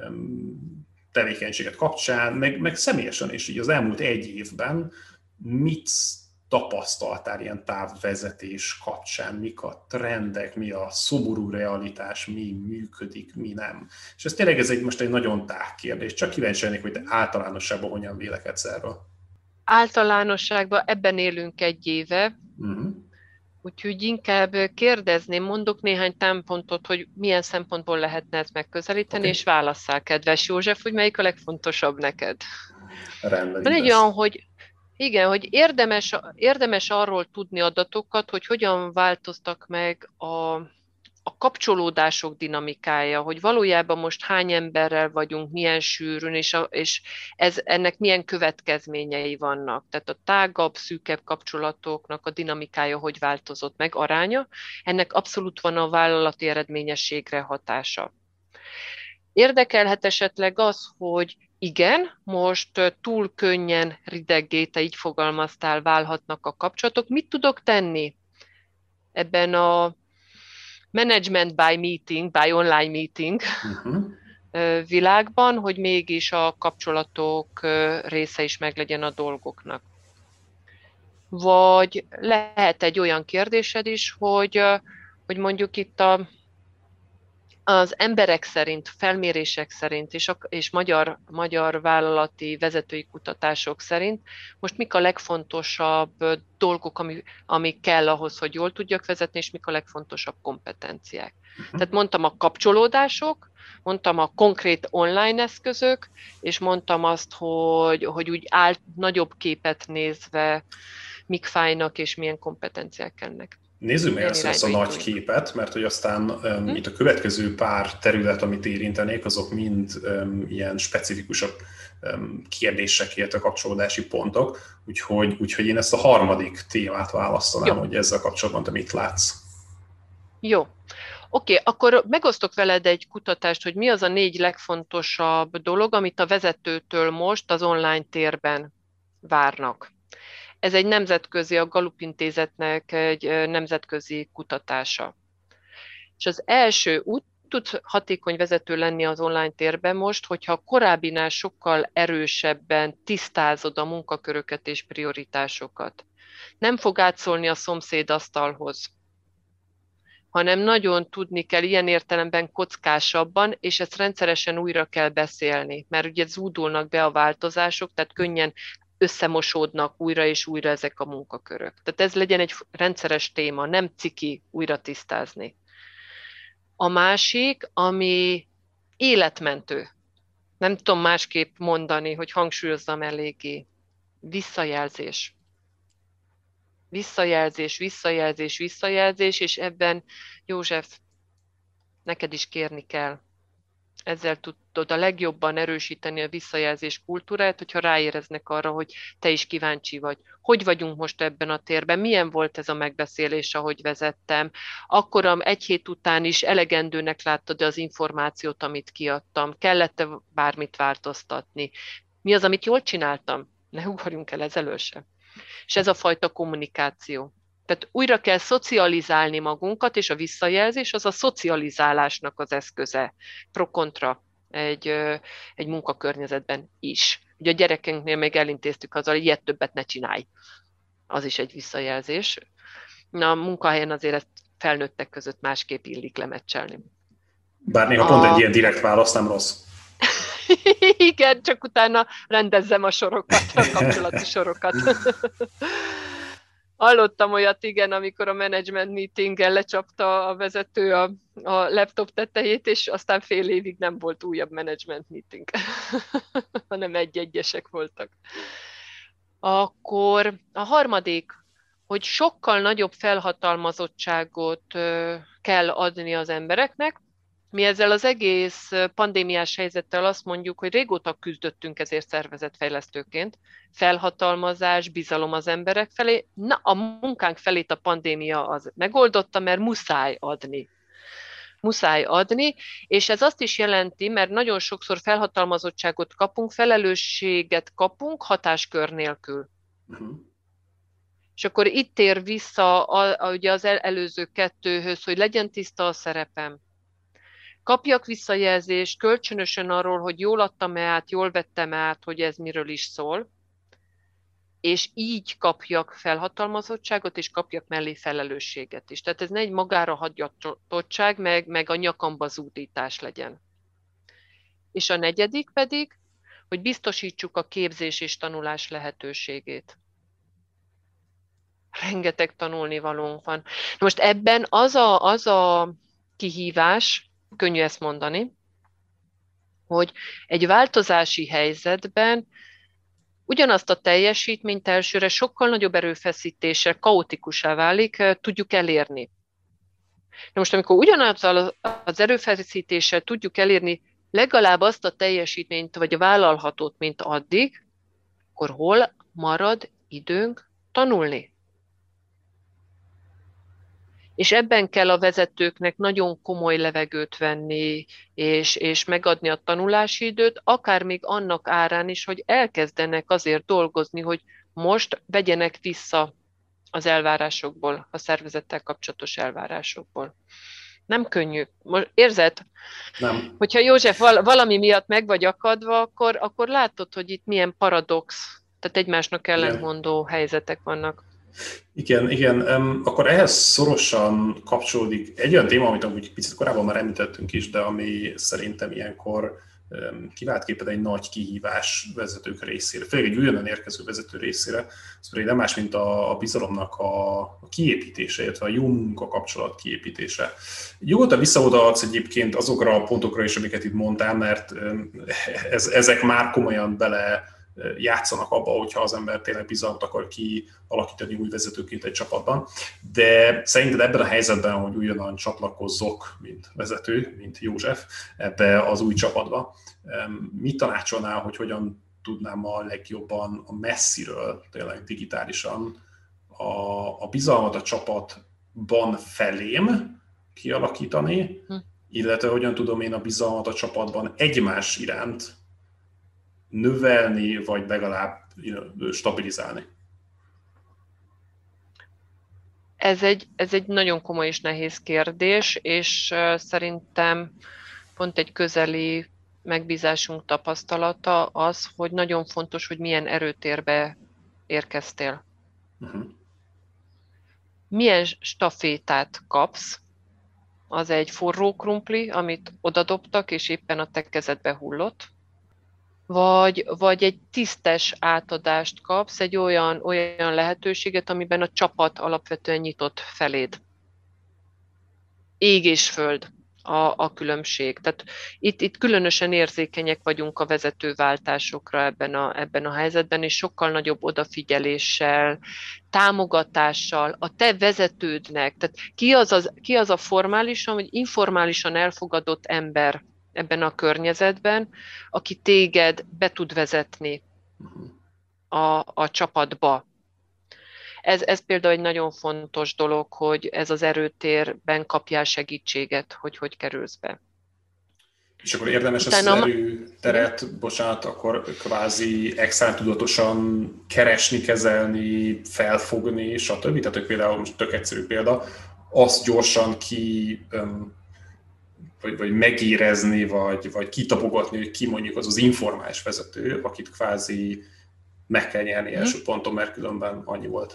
tevékenységet kapcsán, meg személyesen is így az elmúlt egy évben mit tapasztaltál ilyen távvezetés kapcsán, mik a trendek, mi a szomorú realitás, mi működik, mi nem. És ez tényleg most egy nagyon tág kérdés, csak kíváncsi lennék, hogy te általánosságban hogyan vélekedsz erről. Általánosságban ebben élünk egy éve, úgyhogy inkább kérdezném, mondok néhány támpontot, hogy milyen szempontból lehetne ezt megközelíteni, és válasszál, kedves József, hogy melyik a legfontosabb neked. Rendben. Van egy olyan, hogy igen, hogy érdemes arról tudni adatokat, hogy hogyan változtak meg a kapcsolódások dinamikája, hogy valójában most hány emberrel vagyunk, milyen sűrűn, és ennek milyen következményei vannak. Tehát a tágabb, szűkebb kapcsolatoknak a dinamikája hogy változott meg, aránya. Ennek abszolút van a vállalati eredményességre hatása. Érdekelhet esetleg az, hogy igen, most túl könnyen rideggé, te így fogalmaztál, válhatnak a kapcsolatok. Mit tudok tenni ebben a management by meeting, by online meeting világban, hogy mégis a kapcsolatok része is meglegyen a dolgoknak? Vagy lehet egy olyan kérdésed is, hogy mondjuk itt az emberek szerint, felmérések szerint és magyar vállalati vezetői kutatások szerint most mik a legfontosabb dolgok, amik kell ahhoz, hogy jól tudjak vezetni, és mik a legfontosabb kompetenciák. Tehát mondtam a kapcsolódások, Mondtam a konkrét online eszközök, és mondtam azt, hogy úgy nagyobb képet nézve mik fájnak, és milyen kompetenciák kellnek. Nézzük meg ezt a nagy képet, mert hogy aztán itt a következő pár terület, amit érintenék, azok mind ilyen specifikusabb kérdések, illetve kapcsolódási pontok, úgyhogy én ezt a harmadik témát választanám, hogy ezzel kapcsolatban te mit látsz. Jó. Oké, akkor megosztok veled egy kutatást, hogy mi az a 4 legfontosabb dolog, amit a vezetőtől most az online térben várnak. Ez egy nemzetközi, a Gallup Intézetnek egy nemzetközi kutatása. És az első, úgy tud hatékony vezető lenni az online térben most, hogyha a korábbinál sokkal erősebben tisztázod a munkaköröket és prioritásokat. Nem fog átszólni a szomszéd asztalhoz, hanem nagyon tudni kell ilyen értelemben kockásabban, és ezt rendszeresen újra kell beszélni, mert ugye zúdulnak be a változások, tehát könnyen összemosódnak újra és újra ezek a munkakörök. Tehát ez legyen egy rendszeres téma, nem ciki újra tisztázni. A másik, ami életmentő. Nem tudom másképp mondani, hogy hangsúlyozzam eléggé. Visszajelzés. Visszajelzés, visszajelzés, visszajelzés, és ebben, József, neked is kérni kell. Ezzel tudod a legjobban erősíteni a visszajelzés kultúráját, hogyha ráéreznek arra, hogy te is kíváncsi vagy. Hogy vagyunk most ebben a térben? Milyen volt ez a megbeszélés, ahogy vezettem? Akkor 1 hét után is elegendőnek láttad az információt, amit kiadtam? Kellett-e bármit változtatni? Mi az, amit jól csináltam? Ne ugorjunk el ezelől sem. És ez a fajta kommunikáció. Tehát újra kell szocializálni magunkat, és a visszajelzés az a szocializálásnak az eszköze, pro-kontra egy munkakörnyezetben is. Ugye a gyerekünknél még elintéztük azzal, hogy ilyet többet ne csinálj. Az is egy visszajelzés. Na, a munkahelyen azért ezt felnőttek között másképp illik lemecselni. Bár néha pont egy ilyen direkt válasz nem rossz. Igen, csak utána rendezzem a sorokat, a kapcsolati sorokat. Hallottam olyat, igen, amikor a management meetingen lecsapta a vezető a laptop tetejét, és aztán fél évig nem volt újabb management meeting, hanem egy-egyesek voltak. Akkor a harmadik, hogy sokkal nagyobb felhatalmazottságot kell adni az embereknek. Mi ezzel az egész pandémiás helyzettel azt mondjuk, hogy régóta küzdöttünk ezért szervezetfejlesztőként. Felhatalmazás, bizalom az emberek felé. Na, a munkánk felét a pandémia az megoldotta, mert muszáj adni. Muszáj adni, és ez azt is jelenti, mert nagyon sokszor felhatalmazottságot kapunk, felelősséget kapunk hatáskör nélkül. És akkor itt ér vissza ugye az előző 2-höz, hogy legyen tiszta a szerepem. Kapjak visszajelzést kölcsönösen arról, hogy jól adtam-e át, jól vettem át, hogy ez miről is szól, és így kapjak felhatalmazottságot, és kapjak mellé felelősséget is. Tehát ez ne egy magára hagyatottság, meg a nyakamba zúdítás legyen. És a negyedik pedig, hogy biztosítsuk a képzés és tanulás lehetőségét. Rengeteg tanulnivalónk van. Most ebben az a kihívás, könnyű ezt mondani, hogy egy változási helyzetben ugyanazt a teljesítményt elsőre sokkal nagyobb erőfeszítéssel kaotikussá válik, tudjuk elérni. Na most, amikor ugyanazzal az erőfeszítéssel tudjuk elérni legalább azt a teljesítményt, vagy a vállalhatót, mint addig, akkor hol marad időnk tanulni? És ebben kell a vezetőknek nagyon komoly levegőt venni, és megadni a tanulási időt, akár még annak árán is, hogy elkezdenek azért dolgozni, hogy most vegyenek vissza az elvárásokból, a szervezettel kapcsolatos elvárásokból. Nem könnyű. Most érzed, nem. Hogyha József valami miatt meg vagy akadva, akkor látod, hogy itt milyen paradox, tehát egymásnak ellentmondó helyzetek vannak. Igen. Akkor ehhez szorosan kapcsolódik egy olyan téma, amit amúgy picit korábban már említettünk is, de ami szerintem ilyenkor kivált képed egy nagy kihívás vezetők részére, főleg egy újonnan érkező vezető részére, ez pedig nem más, mint a bizalomnak a kiépítése, illetve a jó munkakapcsolat kiépítése. Nyugodtan visszaodaadsz egyébként azokra a pontokra is, amiket itt mondtál, mert ezek már komolyan bele játszanak abba, hogyha az ember tényleg bizalmat akar kialakítani új vezetőként egy csapatban. De szerinted ebben a helyzetben, hogy újonnan csatlakozzok, mint vezető, mint József, ebbe az új csapatba, mit tanácsolnál, hogy hogyan tudnám a legjobban a messziről, tényleg digitálisan a bizalmat a csapatban felém kialakítani, illetve hogyan tudom én a bizalmat a csapatban egymás iránt növelni, vagy legalább stabilizálni? Ez egy nagyon komoly és nehéz kérdés, és szerintem pont egy közeli megbízásunk tapasztalata az, hogy nagyon fontos, hogy milyen erőtérbe érkeztél. Milyen stafétát kapsz, az egy forró krumpli, amit odadobtak, és éppen a te kezedbe hullott, vagy egy tisztes átadást kapsz, egy olyan lehetőséget, amiben a csapat alapvetően nyitott feléd. Ég és föld a különbség. Tehát itt különösen érzékenyek vagyunk a vezetőváltásokra ebben a helyzetben, és sokkal nagyobb odafigyeléssel, támogatással, a te vezetődnek, tehát ki az a formálisan vagy informálisan elfogadott ember ebben a környezetben, aki téged be tud vezetni a csapatba. Ez például egy nagyon fontos dolog, hogy ez az erőtérben kapjál segítséget, hogy kerülsz be. És akkor érdemes ezt az erőteret, akkor kvázi extra tudatosan keresni, kezelni, felfogni, stb. Tehát, hogy például most tök egyszerű példa, azt gyorsan vagy megérezni, vagy kitapogatni, hogy ki mondjuk az informális vezető, akit kvázi meg kell nyerni első ponton, mert különben annyi volt.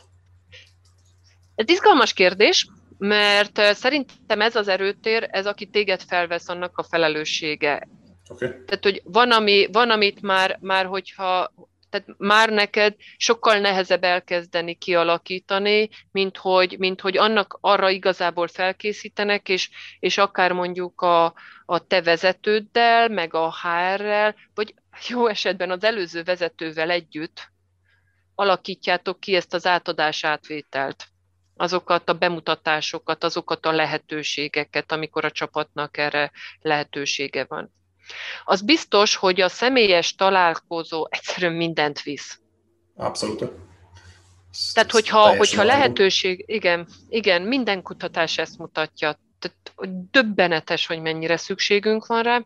Ez izgalmas kérdés, mert szerintem ez az erőtér, ez aki téged felvesz, annak a felelőssége. Okay. Tehát, hogy van amit már hogyha, tehát már neked sokkal nehezebb elkezdeni kialakítani, mint hogy annak arra igazából felkészítenek, és akár mondjuk a te vezetőddel, meg a HR-rel, vagy jó esetben az előző vezetővel együtt alakítjátok ki ezt az átadás átvételt. Azokat a bemutatásokat, azokat a lehetőségeket, amikor a csapatnak erre lehetősége van. Az biztos, hogy a személyes találkozó egyszerűen mindent visz. Abszolút. Tehát, hogyha lehetőség, igen, minden kutatás ezt mutatja. Tehát, döbbenetes, hogy mennyire szükségünk van rá,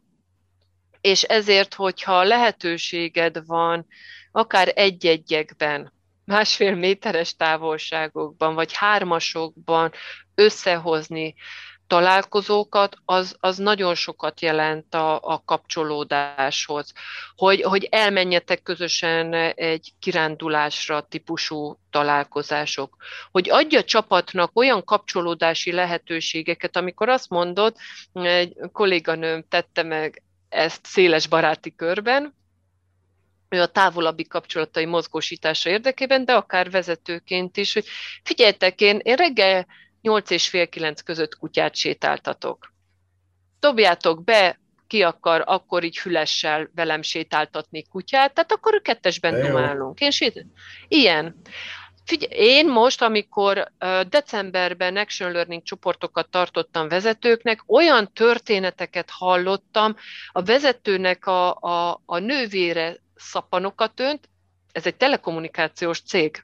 és ezért, hogyha lehetőséged van, akár egy-egyekben, 1,5 méteres távolságokban, vagy 3-asokban összehozni találkozókat, az nagyon sokat jelent a kapcsolódáshoz. Hogy elmenjetek közösen egy kirándulásra típusú találkozások. Hogy adja a csapatnak olyan kapcsolódási lehetőségeket, amikor azt mondod, egy kolléganőm tette meg ezt széles baráti körben, ő a távolabbi kapcsolatai mozgósítása érdekében, de akár vezetőként is, hogy figyeljetek, én reggel 8:30-9 között kutyát sétáltatok. Dobjátok be, ki akar akkor így fülessel velem sétáltatni kutyát, tehát akkor kettesben dumálunk. Ilyen. Figyelj, én most, amikor decemberben Action Learning csoportokat tartottam vezetőknek, olyan történeteket hallottam, a vezetőnek a nővére szappanokat önt, ez egy telekommunikációs cég,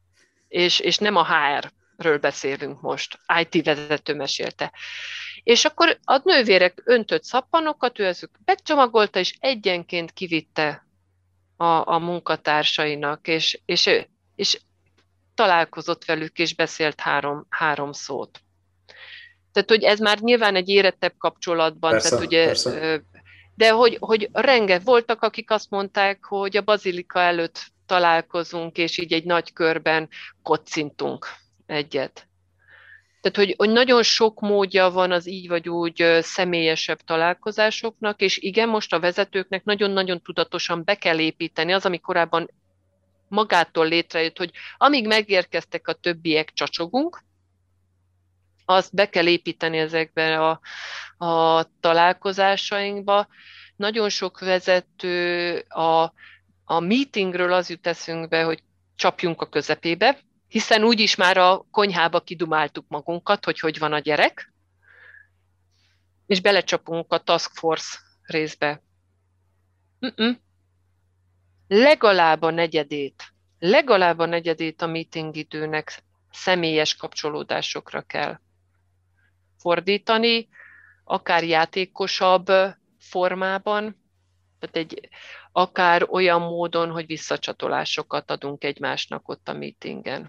és nem a HR-ről beszélünk most, IT vezető mesélte. És akkor a nővérek öntött szappanokat, ő ezek megcsomagolta, és egyenként kivitte a munkatársainak, és találkozott velük, és beszélt három szót. Tehát, hogy ez már nyilván egy érettebb kapcsolatban, persze, tehát ugye, persze. De hogy voltak, akik azt mondták, hogy a bazilika előtt találkozunk, és így egy nagy körben kocintunk egyet. hogy nagyon sok módja van az így vagy úgy személyesebb találkozásoknak, és igen, most a vezetőknek nagyon-nagyon tudatosan be kell építeni az, ami korábban magától létrejött, hogy amíg megérkeztek a többiek, csacsogunk, azt be kell építeni ezekbe a találkozásainkba. Nagyon sok vezető a meetingről az jut eszünkbe, hogy csapjunk a közepébe, hiszen úgyis már a konyhába kidumáltuk magunkat, hogy van a gyerek, és belecsapunk a task force részbe. Legalább a negyedét a meeting időnek személyes kapcsolódásokra kell fordítani, akár játékosabb formában, tehát akár olyan módon, hogy visszacsatolásokat adunk egymásnak ott a meetingen.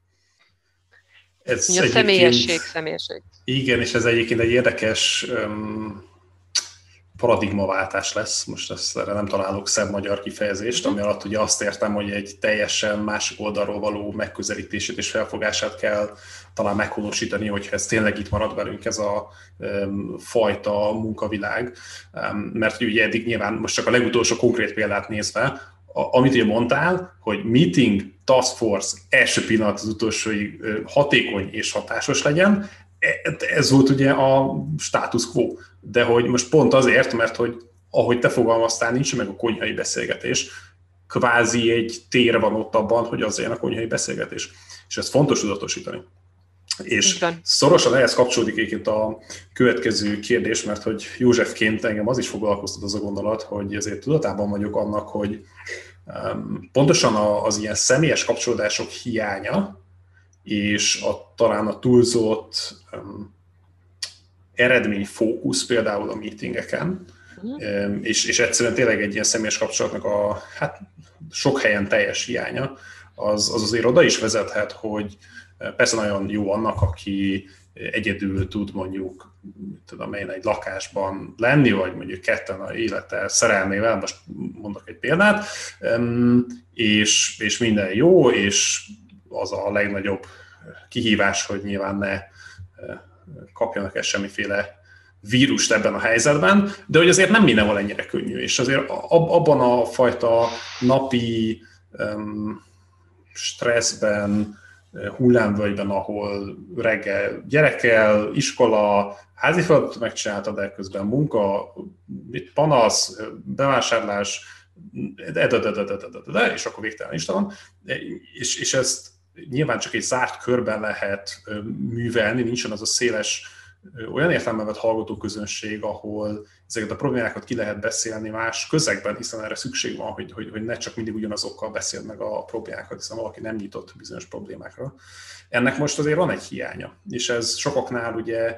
Ez a személyesség. Igen, és ez egyébként egy érdekes paradigmaváltás lesz, most erre nem találok szebb magyar kifejezést, ami alatt ugye azt értem, hogy egy teljesen másik oldalról való megközelítését és felfogását kell talán meghonosítani, hogyha ez tényleg itt marad velünk ez a fajta munkavilág, mert ugye eddig nyilván most csak a legutolsó konkrét példát nézve, amit ugye mondtál, hogy meeting, task force első pillanat az utolsóig hatékony és hatásos legyen, ez volt ugye a status quo, de hogy most pont azért, mert hogy ahogy te fogalmaztál, nincs meg a konyhai beszélgetés, kvázi egy tér van ott abban, hogy az legyen a konyhai beszélgetés. És ezt fontos tudatosítani. És szorosan ehhez kapcsolódik egyébként a következő kérdés, mert hogy Józsefként engem az is foglalkoztat az a gondolat, hogy ezért tudatában vagyok annak, hogy pontosan az ilyen személyes kapcsolódások hiánya, és talán a túlzott eredményfókusz például a meetingeken, és egyszerűen tényleg egy ilyen személyes kapcsolatnak a sok helyen teljes hiánya, az azért oda is vezethet, hogy persze nagyon jó annak, aki egyedül tud mondjuk, egy lakásban lenni, vagy mondjuk ketten a élete szerelmével, most mondok egy példát, és minden jó, és az a legnagyobb kihívás, hogy nyilván ne kapjanak el semmiféle vírust ebben a helyzetben, de hogy azért nem mindenhol ennyire könnyű, és azért abban a fajta napi stresszben, hullámvölgyben, ahol reggel gyerekkel, iskola, házi feladatot megcsináltad, de közben munka, panasz, bevásárlás, és akkor végtelen lista van, és ezt nyilván csak egy zárt körben lehet művelni, nincsen az a széles, olyan értelemben vett hallgatóközönség, ahol ezeket a problémákat ki lehet beszélni más közegben, hiszen erre szükség van, hogy ne csak mindig ugyanazokkal beszéld meg a problémákat, hiszen valaki nem nyitott bizonyos problémákra. Ennek most azért van egy hiánya, és ez sokaknál ugye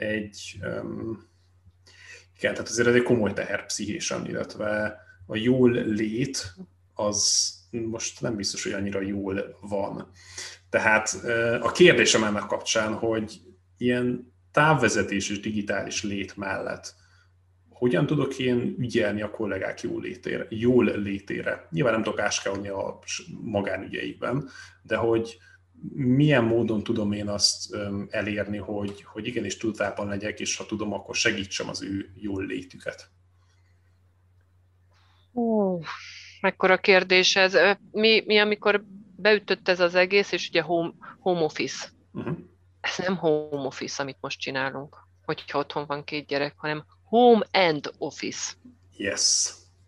tehát azért ez egy komoly teher pszichésen, illetve a jól lét az most nem biztos, hogy annyira jól van. Tehát a kérdésem ennek kapcsán, hogy ilyen távvezetés és digitális lét mellett hogyan tudok én ügyelni a kollégák jól létére? Nyilván nem tudok áskelni a magánügyeikben, de hogy milyen módon tudom én azt elérni, hogy igenis tudatában legyek, és ha tudom, akkor segítsem az ő jól létüket. Mekkora kérdés ez. Mi amikor beütött ez az egész, és ugye home office. Ez nem home office, amit most csinálunk, hogyha otthon van 2 gyerek, hanem home and office. Yes.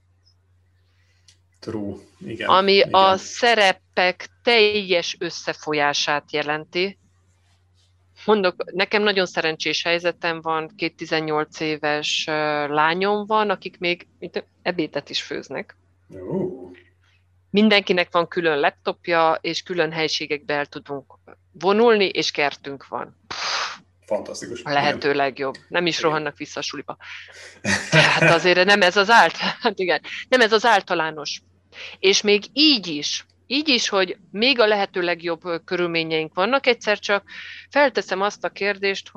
True. Igen. Ami a szerepek teljes összefolyását jelenti. Mondok, nekem nagyon szerencsés helyzetem van, 2 18 éves lányom van, akik még ebédet is főznek. Mindenkinek van külön laptopja, és külön helységekbe el tudunk vonulni, és kertünk van. Fantasztikus. A lehető legjobb. Nem is rohannak vissza a suliba. Hát azért nem ez az nem ez az általános. És még így is, hogy még a lehető legjobb körülményeink vannak, egyszer csak felteszem azt a kérdést,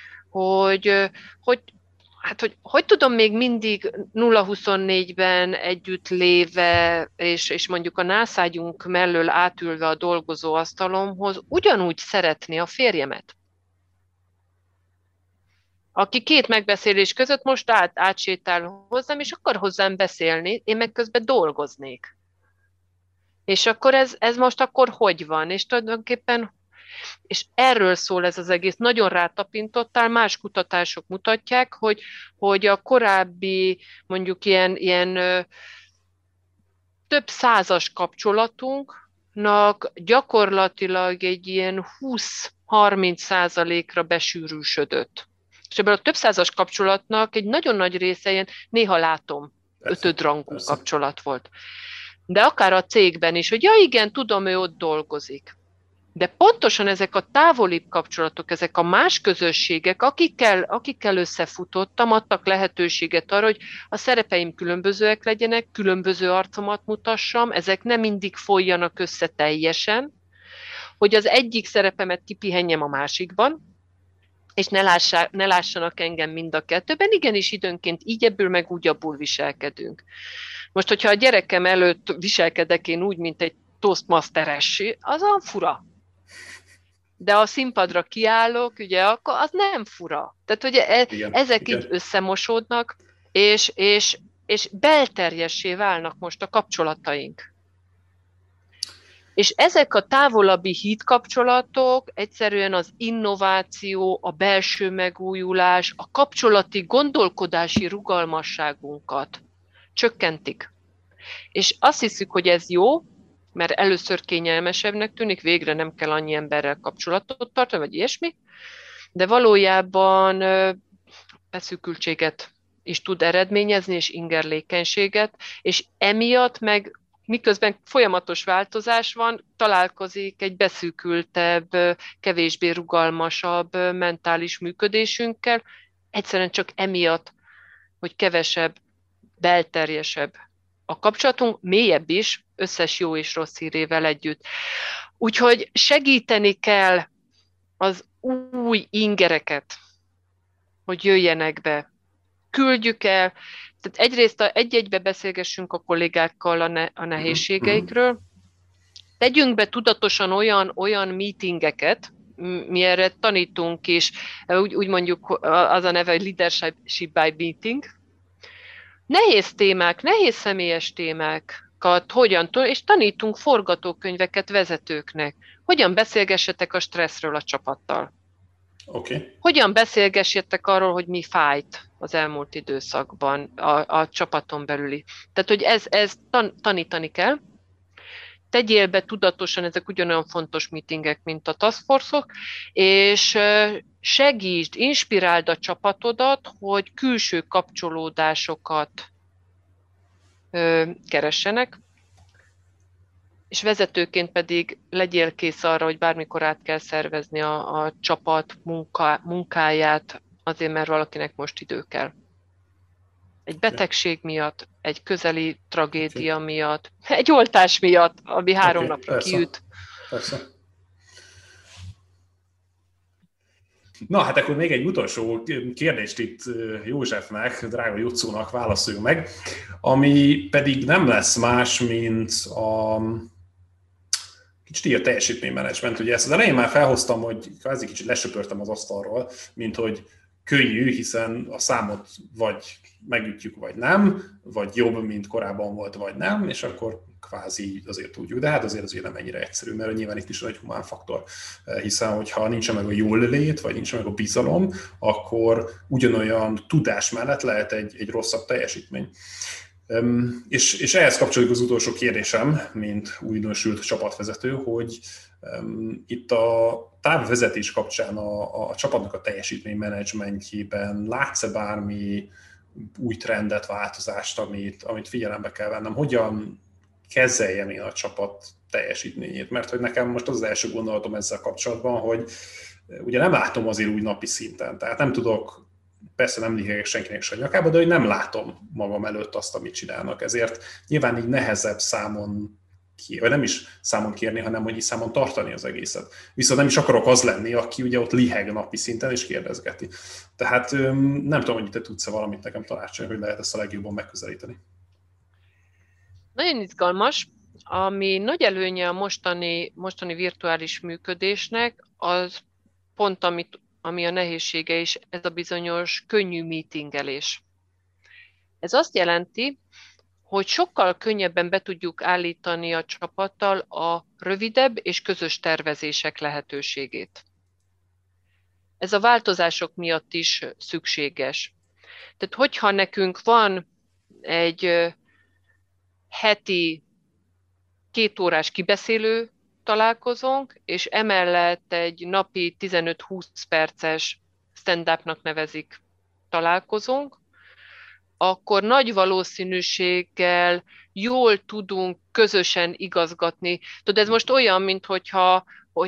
hogy tudom még mindig 0-24-ben együtt léve, és mondjuk a nászágyunk mellől átülve a dolgozóasztalomhoz ugyanúgy szeretni a férjemet. aki két megbeszélés között most átsétál hozzám, és akar hozzám beszélni, én meg közben dolgoznék. És akkor ez most akkor hogy van? És tulajdonképpen, és erről szól ez az egész. Nagyon rátapintottál, más kutatások mutatják, hogy a korábbi mondjuk ilyen több százas kapcsolatunknak gyakorlatilag egy ilyen 20-30%-ra besűrűsödött. És ebből a több százas kapcsolatnak egy nagyon nagy része ilyen, néha látom, ötödrangú kapcsolat volt. De akár a cégben is, hogy ja igen, tudom, ő ott dolgozik. De pontosan ezek a távolibb kapcsolatok, ezek a más közösségek, akikkel összefutottam, adtak lehetőséget arra, hogy a szerepeim különbözőek legyenek, különböző arcomat mutassam, ezek nem mindig folyjanak össze teljesen, hogy az egyik szerepemet kipihenjem a másikban, és ne lássanak engem mind a kettőben. Igenis időnként így ebből meg úgy abból viselkedünk. Most, hogyha a gyerekem előtt viselkedek én úgy, mint egy toastmasteres, az olyan fura. De a színpadra kiállok, ugye, akkor az nem fura. Tehát, hogy ezek így összemosódnak, és belterjessé válnak most a kapcsolataink. És ezek a távolabbi hitkapcsolatok egyszerűen az innováció, a belső megújulás, a kapcsolati gondolkodási rugalmasságunkat csökkentik. És azt hiszük, hogy ez jó, mert először kényelmesebbnek tűnik, végre nem kell annyi emberrel kapcsolatot tartani, vagy ilyesmi, de valójában beszűkültséget is tud eredményezni, és ingerlékenységet, és emiatt meg miközben folyamatos változás van, találkozik egy beszűkültebb, kevésbé rugalmasabb mentális működésünkkel, egyszerűen csak emiatt, hogy kevesebb, belterjesebb a kapcsolatunk, mélyebb is, összes jó és rossz hírével együtt. Úgyhogy segíteni kell az új ingereket, hogy jöjjenek be. Küldjük el, tehát egyrészt egy-egybe beszélgessünk a kollégákkal a nehézségeikről, tegyünk be tudatosan olyan meetingeket, mi erre tanítunk is, úgy mondjuk az a neve, hogy Leadership by Meeting. Nehéz témák, nehéz személyes témákat és tanítunk forgatókönyveket vezetőknek. Hogyan beszélgessetek a stresszről a csapattal? Okay. Hogyan beszélgessetek arról, hogy mi fájt az elmúlt időszakban a csapaton belüli. Tehát, hogy ez tanítani kell. Tegyél be tudatosan, ezek ugyanolyan fontos meetingek, mint a task force-ok, és segítsd, inspiráld a csapatodat, hogy külső kapcsolódásokat keressenek, és vezetőként pedig legyél kész arra, hogy bármikor át kell szervezni a csapat munkáját, azért, mert valakinek most idő kell. Egy betegség miatt, egy közeli tragédia miatt, egy oltás miatt, ami 3 napra kiüt. Persze. Na, hát akkor még egy utolsó kérdést itt Józsefnek, drága Jutszónak válaszoljunk meg, ami pedig nem lesz más, mint kicsit a teljesítménymenedzsment. Ugye ezt az elején már felhoztam, hogy kvázi kicsit lesöpörtem az asztalról, mint hogy könnyű, hiszen a számot vagy megütjük, vagy nem, vagy jobb, mint korábban volt, vagy nem, és akkor kvázi azért tudjuk. De hát azért nem ennyire egyszerű, mert nyilván itt is van egy humán faktor, hiszen hogyha nincsen meg a jól lét, vagy nincsen meg a bizalom, akkor ugyanolyan tudás mellett lehet egy rosszabb teljesítmény. És ehhez kapcsolódik az utolsó kérdésem, mint újdonsült csapatvezető, hogy itt a távvezetés kapcsán a csapatnak a teljesítménymenedzsmentjében látsz-e bármi új trendet, változást, amit figyelembe kell vennem? Hogyan kezeljem én a csapat teljesítményét? Mert hogy nekem most az első gondolatom ezzel kapcsolatban, hogy ugye nem látom azért úgy napi szinten, tehát nem tudok, persze nem lihegek senkinek se nyakába, de hogy nem látom magam előtt azt, amit csinálnak. Ezért nyilván így nehezebb vagy nem is számon kérni, hanem hogy is számon tartani az egészet. Viszont nem is akarok az lenni, aki ugye ott liheg napi szinten és kérdezgeti. Tehát nem tudom, hogy te tudsz-e valamit nekem tanácsolni, hogy lehet ezt a legjobban megközelíteni. Nagyon izgalmas. Ami nagy előnye a mostani virtuális működésnek, az pont, amit ami a nehézsége is, ez a bizonyos könnyű meetingelés. Ez azt jelenti, hogy sokkal könnyebben be tudjuk állítani a csapattal a rövidebb és közös tervezések lehetőségét. Ez a változások miatt is szükséges. Tehát hogyha nekünk van egy heti 2 órás kibeszélő találkozónk, és emellett egy napi 15-20 perces stand-upnak nevezik találkozónk, akkor nagy valószínűséggel jól tudunk közösen igazgatni. Tudod, ez most olyan, mintha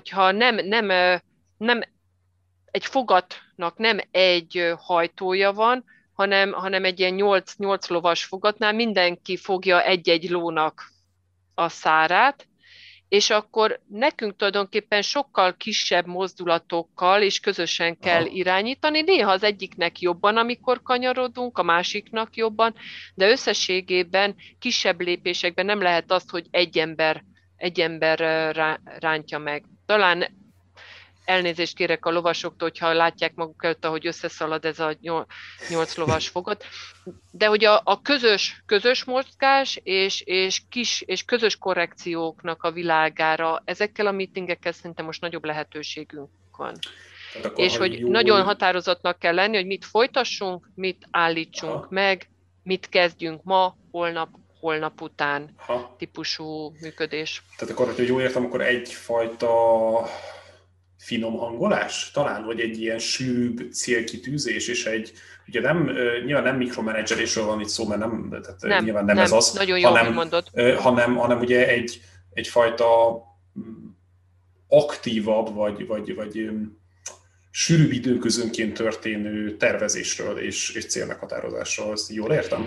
nem egy fogatnak nem egy hajtója van, hanem egy ilyen 8 lovas fogatnál mindenki fogja egy-egy lónak a szárát, és akkor nekünk tulajdonképpen sokkal kisebb mozdulatokkal és közösen kell irányítani. Néha az egyiknek jobban, amikor kanyarodunk, a másiknak jobban, de összességében kisebb lépésekben nem lehet azt, hogy egy ember rántja meg. Talán elnézést kérek a lovasoktól, hogyha látják maguk előtt, ahogy összeszalad ez a 8 lovas fogat. De hogy a közös mozgás és közös korrekcióknak a világára, ezekkel a meetingekkel szerintem most nagyobb lehetőségünk van. És hogy nagyon határozatnak kell lenni, hogy mit folytassunk, mit állítsunk meg, mit kezdjünk ma, holnap után típusú működés. Tehát akkor, hogyha jól értem, akkor egyfajta finom hangolás talán, vagy egy ilyen sűrűbb célkitűzés, és ugye nyilván nem mikromenedzselésről van itt szó, mert nyilván nem ez az, nagyon jó, hogy mondod. hanem ugye egyfajta aktívabb, vagy sűrűbb időközönként történő tervezésről és célmeghatározásról. Ezt jól értem?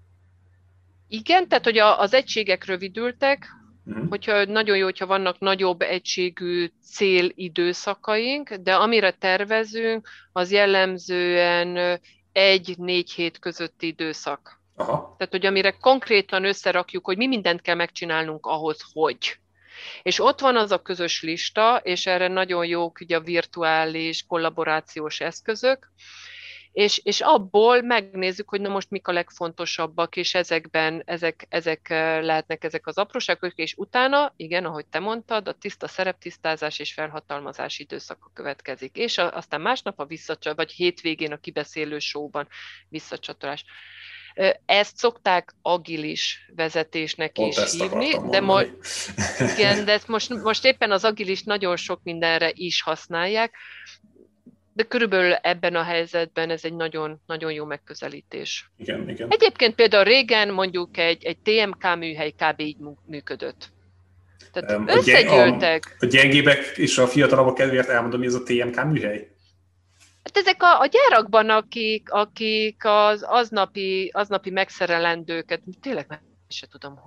Igen, tehát hogy az egységek rövidültek, hogyha nagyon jó, hogyha vannak nagyobb egységű célidőszakaink, de amire tervezünk, az jellemzően 1-4 hét közötti időszak. Aha. Tehát, hogy amire konkrétan összerakjuk, hogy mi mindent kell megcsinálnunk ahhoz, hogy. És ott van az a közös lista, és erre nagyon jók ugye a virtuális kollaborációs eszközök, és abból megnézzük, hogy na most mik a legfontosabbak, és ezek lehetnek ezek az apróságok, és utána, igen, ahogy te mondtad, a tiszta szereptisztázás és felhatalmazás időszaka következik. És aztán másnap vagy hétvégén a kibeszélő showban visszacsatolás. Ezt szokták agilis vezetésnek is hívni, de ezt most éppen az agilis nagyon sok mindenre is használják, de körülbelül ebben a helyzetben ez egy nagyon, nagyon jó megközelítés. Igen. Egyébként például régen mondjuk egy TMK műhely kb. Így működött. Tehát összegyűltek. A gyengébek és a fiatalabbak kedvéért elmondom, hogy ez a TMK műhely? Hát ezek a gyárakban, akik az aznapi megszerelendőket, tényleg nem se tudom,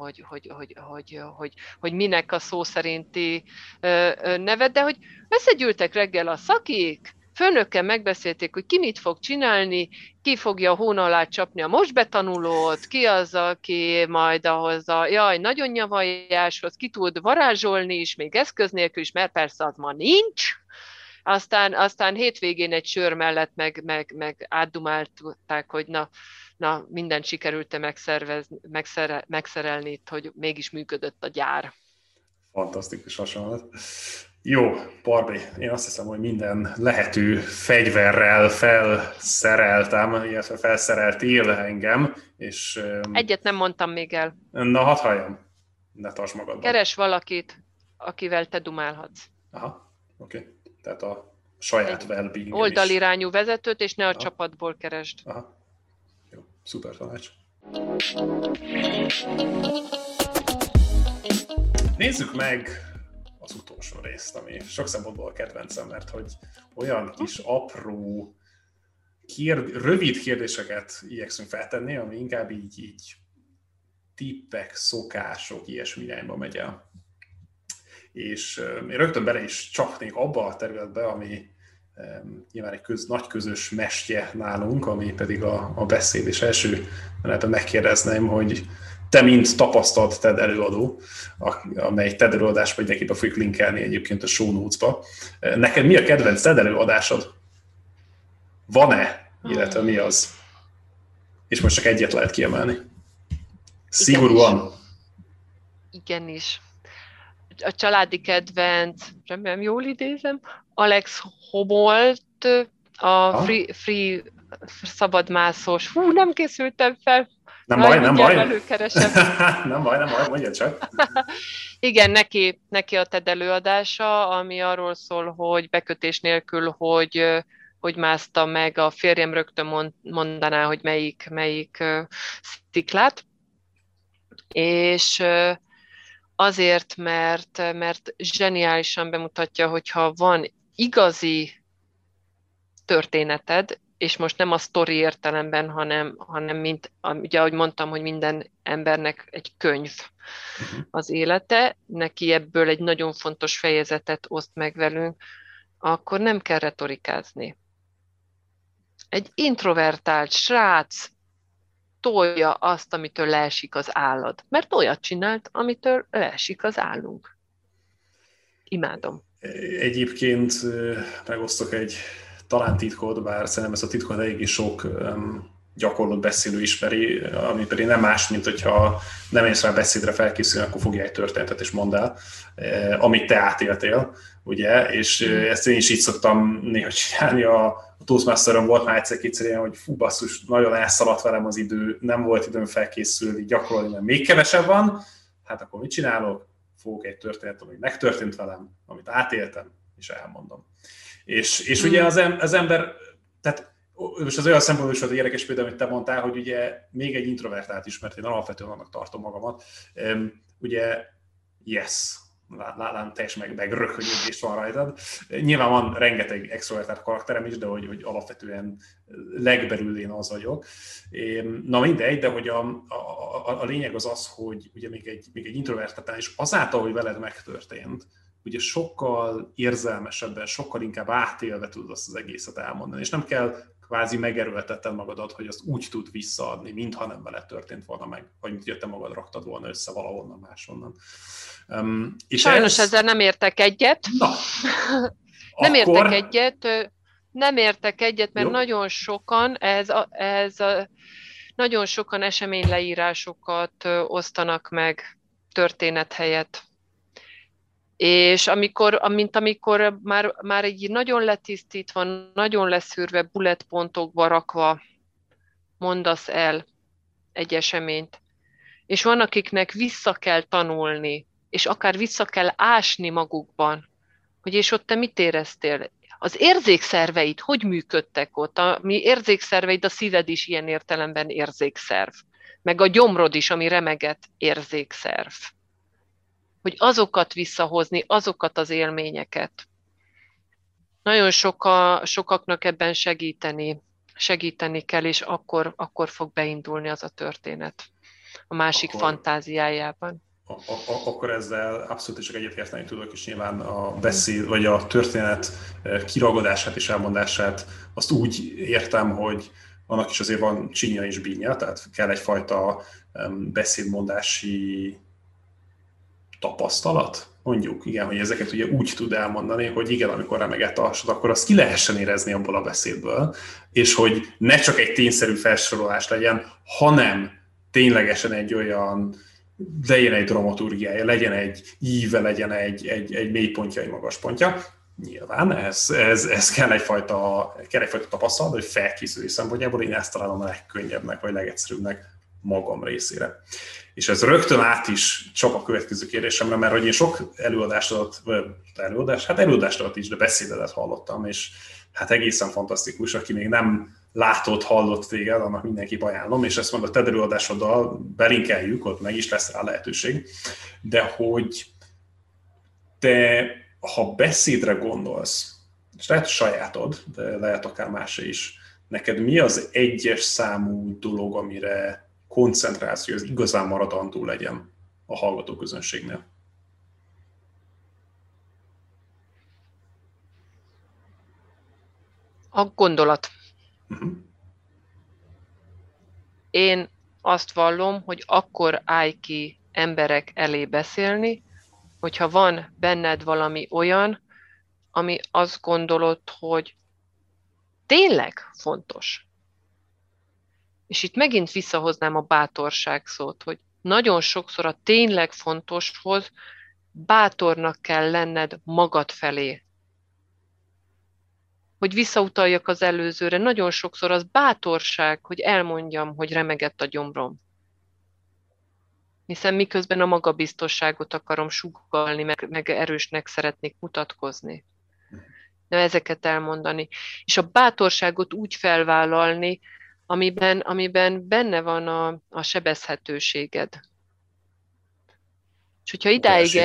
hogy minek a szó szerinti neve, de hogy összegyűltek reggel a szakik, főnökkel megbeszélték, hogy ki mit fog csinálni, ki fogja a hóna alá csapni a most betanulót, ki az, aki majd ahhoz nagyon nyavajáshoz ki tud varázsolni is, még eszköz nélkül is, mert persze az ma nincs. Aztán hétvégén egy sör mellett meg átdumálták, hogy na mindent sikerült megszerelni itt, hogy mégis működött a gyár. Fantasztikus hasonlat. Jó, Barbi, én azt hiszem, hogy minden lehető fegyverrel felszereltem, illetve felszereltél engem, és... Egyet nem mondtam még el. Na, hadd halljam. Ne tarts magadban. Keres valakit, akivel te dumálhatsz. Aha, oké. Tehát a saját well-being oldalirányú vezetőt, és ne a csapatból keresd. Aha. Jó, szuper tanács. Nézzük meg az utolsó részt, ami sok szempontból a kedvencem, mert hogy olyan kis apró, rövid kérdéseket igyekszünk feltenni, ami inkább így tippek, szokások, ilyesmi irányba megy el. És én rögtön bele is csapnék abba a területbe, ami nyilván egy nagy közös mestje nálunk, ami pedig a beszéd, és első menetben megkérdezném, hogy te, mint tapasztalt TED előadó, amely TED előadás mindenképpen fogjuk linkelni egyébként a show notes-ba. Neked mi a kedvenc TED előadásod? van-e, illetve mi az? És most csak egyet lehet kiemelni. Szigorúan. Igenis. A családi kedvenc, remélem jól idézem, Alex Honnold, a free szabadmászós. Hú, nem készültem fel. Nem baj. Előkeresem. nem baj, mondja csak. Igen, neki a TED előadása, ami arról szól, hogy bekötés nélkül, hogy mászta meg, a férjem rögtön mondaná, hogy melyik sziklát. És azért, mert zseniálisan bemutatja, hogyha van igazi történeted, és most nem a sztori értelemben, hanem mint, ugye ahogy mondtam, hogy minden embernek egy könyv az élete, neki ebből egy nagyon fontos fejezetet oszt meg velünk, akkor nem kell retorikázni. Egy introvertált srác tolja azt, amitől leesik az állad. Mert olyat csinált, amitől leesik az állunk. Imádom. Egyébként megosztok egy talán titkot, bár szerintem ezt a titkot eléggé sok gyakorlott beszélő ismeri, ami pedig nem más, mint hogyha nem érsz rá beszédre felkészülni, akkor fogja egy történetet és mondd el, amit te átéltél, ugye, és ezt én is így szoktam néha csinálni, a Toastmasteron volt már egyszer-kétszer ilyen, hogy fú basszus, nagyon elszaladt velem az idő, nem volt időm felkészülni, gyakorolni, mert még kevesebb van, hát akkor mit csinálok? Fogok egy történetet, ami megtörtént velem, amit átéltem, és elmondom. És ugye az ember, tehát most az olyan szempontból is volt érdekes például, amit te mondtál, hogy ugye még egy introvertált is, mert én alapvetően annak tartom magamat, ugye yes, lám teljes megröhögés van rajtad. Nyilván van rengeteg extrovertált karakterem is, de hogy alapvetően legbelül én az vagyok. Na mindegy, de hogy a lényeg az, hogy ugye még egy introvertáltál, és azáltal, hogy veled megtörtént, ugye sokkal érzelmesebben, sokkal inkább átélve tudod azt az egészet elmondani, és nem kell kvázi megerőltetted magadat, hogy azt úgy tud visszaadni, mintha nem veled történt volna meg, vagy mint te magad raktad volna össze valahonnan máshonnan. És sajnos ezzel nem értek egyet. Na, nem értek egyet, mert jó. nagyon sokan nagyon sokan eseményleírásokat osztanak meg történet helyett. És amikor már egy nagyon letisztítva, nagyon leszűrve, bullet pontokba rakva mondasz el egy eseményt, és van, akiknek vissza kell tanulni, és akár vissza kell ásni magukban, hogy és ott te mit éreztél? Az érzékszerveid hogy működtek ott? A mi érzékszerveid, a szíved is ilyen értelemben érzékszerv, meg a gyomrod is, ami remeget, érzékszerv. Hogy azokat visszahozni, azokat az élményeket. Nagyon sokaknak ebben segíteni kell, és akkor fog beindulni az a történet a másik fantáziájában. Akkor ezzel abszolút csak egyetérteni tudok, és nyilván a beszéd, vagy a történet kiragadását és elmondását azt úgy értem, hogy annak is azért van csinya és bínya, tehát kell egyfajta beszédmondási tapasztalat, mondjuk, igen, hogy ezeket ugye úgy tud elmondani, hogy igen, amikor remeget alsod, akkor azt ki lehessen érezni abból a beszédből, és hogy ne csak egy tényszerű felsorolás legyen, hanem ténylegesen egy olyan, legyen egy dramaturgiája, legyen egy íve, legyen egy mélypontja, egy magaspontja. Nyilván ez kell egyfajta tapasztalat, hogy felkészülés szempontjából én ezt találom a legkönnyebbnek, vagy legegyszerűbbnek magam részére. És ez rögtön át is csap a következő kérdésemre, mert hogy én sok előadást adott is, de beszédedet hallottam, és hát egészen fantasztikus, aki még nem látott, hallott téged, annak mindenképp ajánlom, és ezt majd a TED előadásoddal belinkeljük, ott meg is lesz rá lehetőség, de hogy te, ha beszédre gondolsz, és lehet sajátod, de lehet akár másé is, neked mi az egyes számú dolog, amire koncentrálsz, hogy az igazán maradandó legyen a hallgatóközönségnél? A gondolat. Én azt vallom, hogy akkor állj ki emberek elé beszélni, hogyha van benned valami olyan, ami azt gondolod, hogy tényleg fontos, és itt megint visszahoznám a bátorság szót, hogy nagyon sokszor a tényleg fontoshoz bátornak kell lenned magad felé. Hogy visszautaljak az előzőre, nagyon sokszor az bátorság, hogy elmondjam, hogy remegett a gyomrom. Hiszen miközben a magabiztosságot akarom sugallni, meg erősnek szeretnék mutatkozni. De ezeket elmondani. És a bátorságot úgy felvállalni, amiben benne van a sebezhetőséged. És hogyha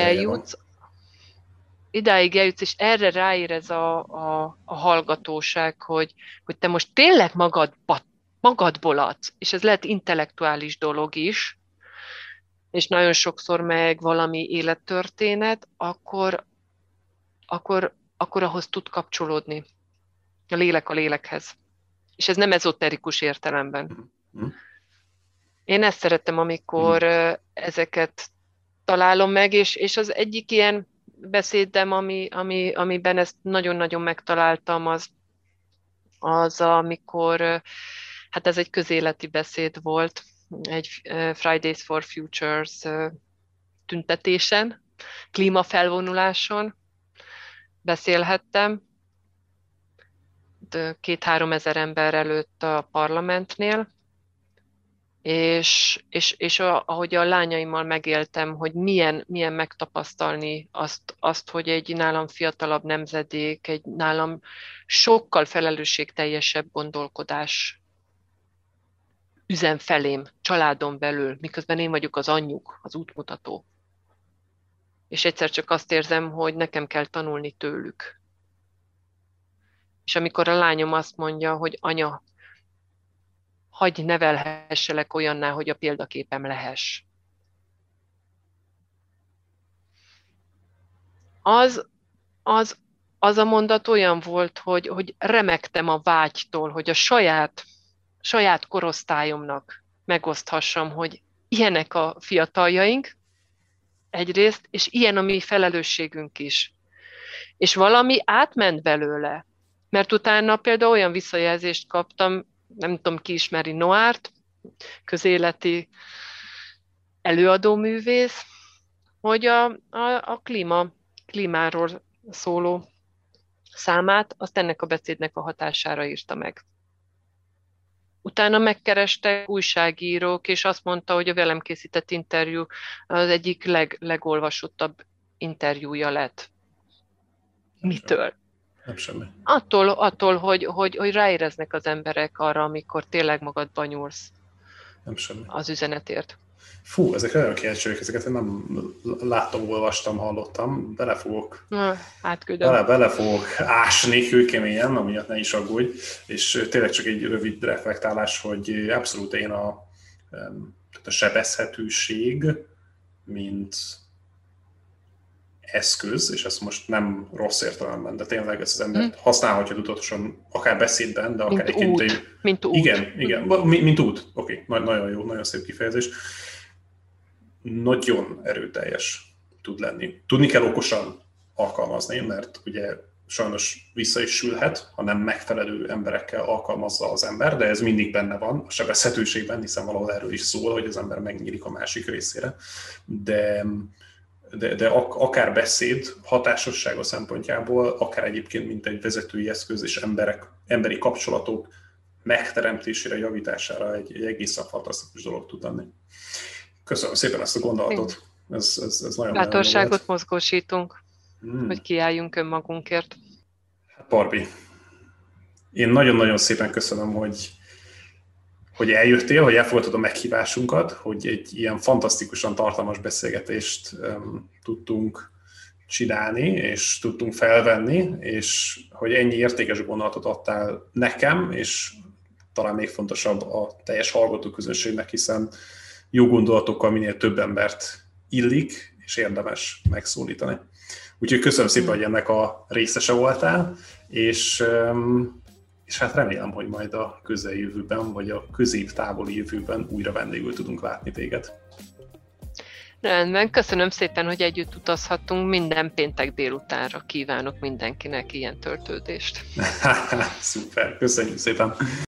idáig eljutsz, és erre ráérez a hallgatóság, hogy te most tényleg magadból adsz, és ez lehet intellektuális dolog is, és nagyon sokszor meg valami élettörténet, akkor ahhoz tud kapcsolódni a lélek a lélekhez. És ez nem ezoterikus értelemben. Én ezt szeretem, amikor ezeket találom meg, és az egyik ilyen beszédem, amiben ezt nagyon-nagyon megtaláltam, az amikor, hát ez egy közéleti beszéd volt, egy Fridays for Futures tüntetésen, klímafelvonuláson beszélhettem, 2-3 ezer ember előtt a parlamentnél, és ahogy a lányaimmal megéltem, hogy milyen megtapasztalni azt, hogy egy nálam fiatalabb nemzedék, egy nálam sokkal felelősségteljesebb gondolkodás üzen felém, családon belül, miközben én vagyok az anyjuk, az útmutató. És egyszer csak azt érzem, hogy nekem kell tanulni tőlük. És amikor a lányom azt mondja, hogy anya, hagyj nevelhesselek olyanná, hogy a példaképem lehess. Az a mondat olyan volt, hogy remegtem a vágytól, hogy a saját korosztályomnak megoszthassam, hogy ilyenek a fiataljaink egyrészt, és ilyen a mi felelősségünk is. És valami átment belőle, mert utána például olyan visszajelzést kaptam, nem tudom, ki ismeri Noárt, közéleti előadóművész, hogy a klímáról szóló számát, azt ennek a beszédnek a hatására írta meg. Utána megkerestek újságírók, és azt mondta, hogy a velem készített interjú az egyik legolvasottabb interjúja lett. Mitől? Nem semmi. Attól hogy ráéreznek az emberek arra, amikor tényleg magadban nyúlsz. Nem semmi. Az üzenetért. Fú, ezek nagyon kíváncsiak, ezeket én nem láttam, olvastam, hallottam. Bele fogok ásni kőkeményen, amiatt ne is aggódj. És tényleg csak egy rövid reflektálás, hogy abszolút én a sebezhetőség, mint eszköz, és ezt most nem rossz értelemben, de tényleg ezt az ember használhatja tudatosan, akár beszédben, de akár mint út. Igen, mint út. Oké, nagyon jó, nagyon szép kifejezés. Nagyon erőteljes tud lenni. Tudni kell okosan alkalmazni, mert ugye sajnos vissza is sülhet, ha nem megfelelő emberekkel alkalmazza az ember, de ez mindig benne van a sebezhetőségben, hiszen valahol erről is szól, hogy az ember megnyílik a másik részére. De akár beszéd hatásossága szempontjából, akár egyébként mint egy vezetői eszköz és emberi kapcsolatok megteremtésére, javítására egy egészen fantasztikus dolog tud lenni. Köszönöm szépen ezt a gondolatot. Ez nagyon bátorságot mozgósítunk, hogy kiálljunk önmagunkért. Barbi, én nagyon-nagyon szépen köszönöm, hogy eljöttél, hogy elfogadtad a meghívásunkat, hogy egy ilyen fantasztikusan tartalmas beszélgetést tudtunk csinálni, és tudtunk felvenni, és hogy ennyi értékes gondolatot adtál nekem, és talán még fontosabb a teljes hallgatóközönségnek, hiszen jó gondolatokkal minél több embert illik, és érdemes megszólítani. Úgyhogy köszönöm szépen, hogy ennek a részese voltál, és hát remélem, hogy majd a közeljövőben, vagy a közép-távoli jövőben újra vendégül tudunk látni téged. Rendben, köszönöm szépen, hogy együtt utazhattunk. Minden péntek délutánra kívánok mindenkinek ilyen töltődést. Szuper, köszönjük szépen!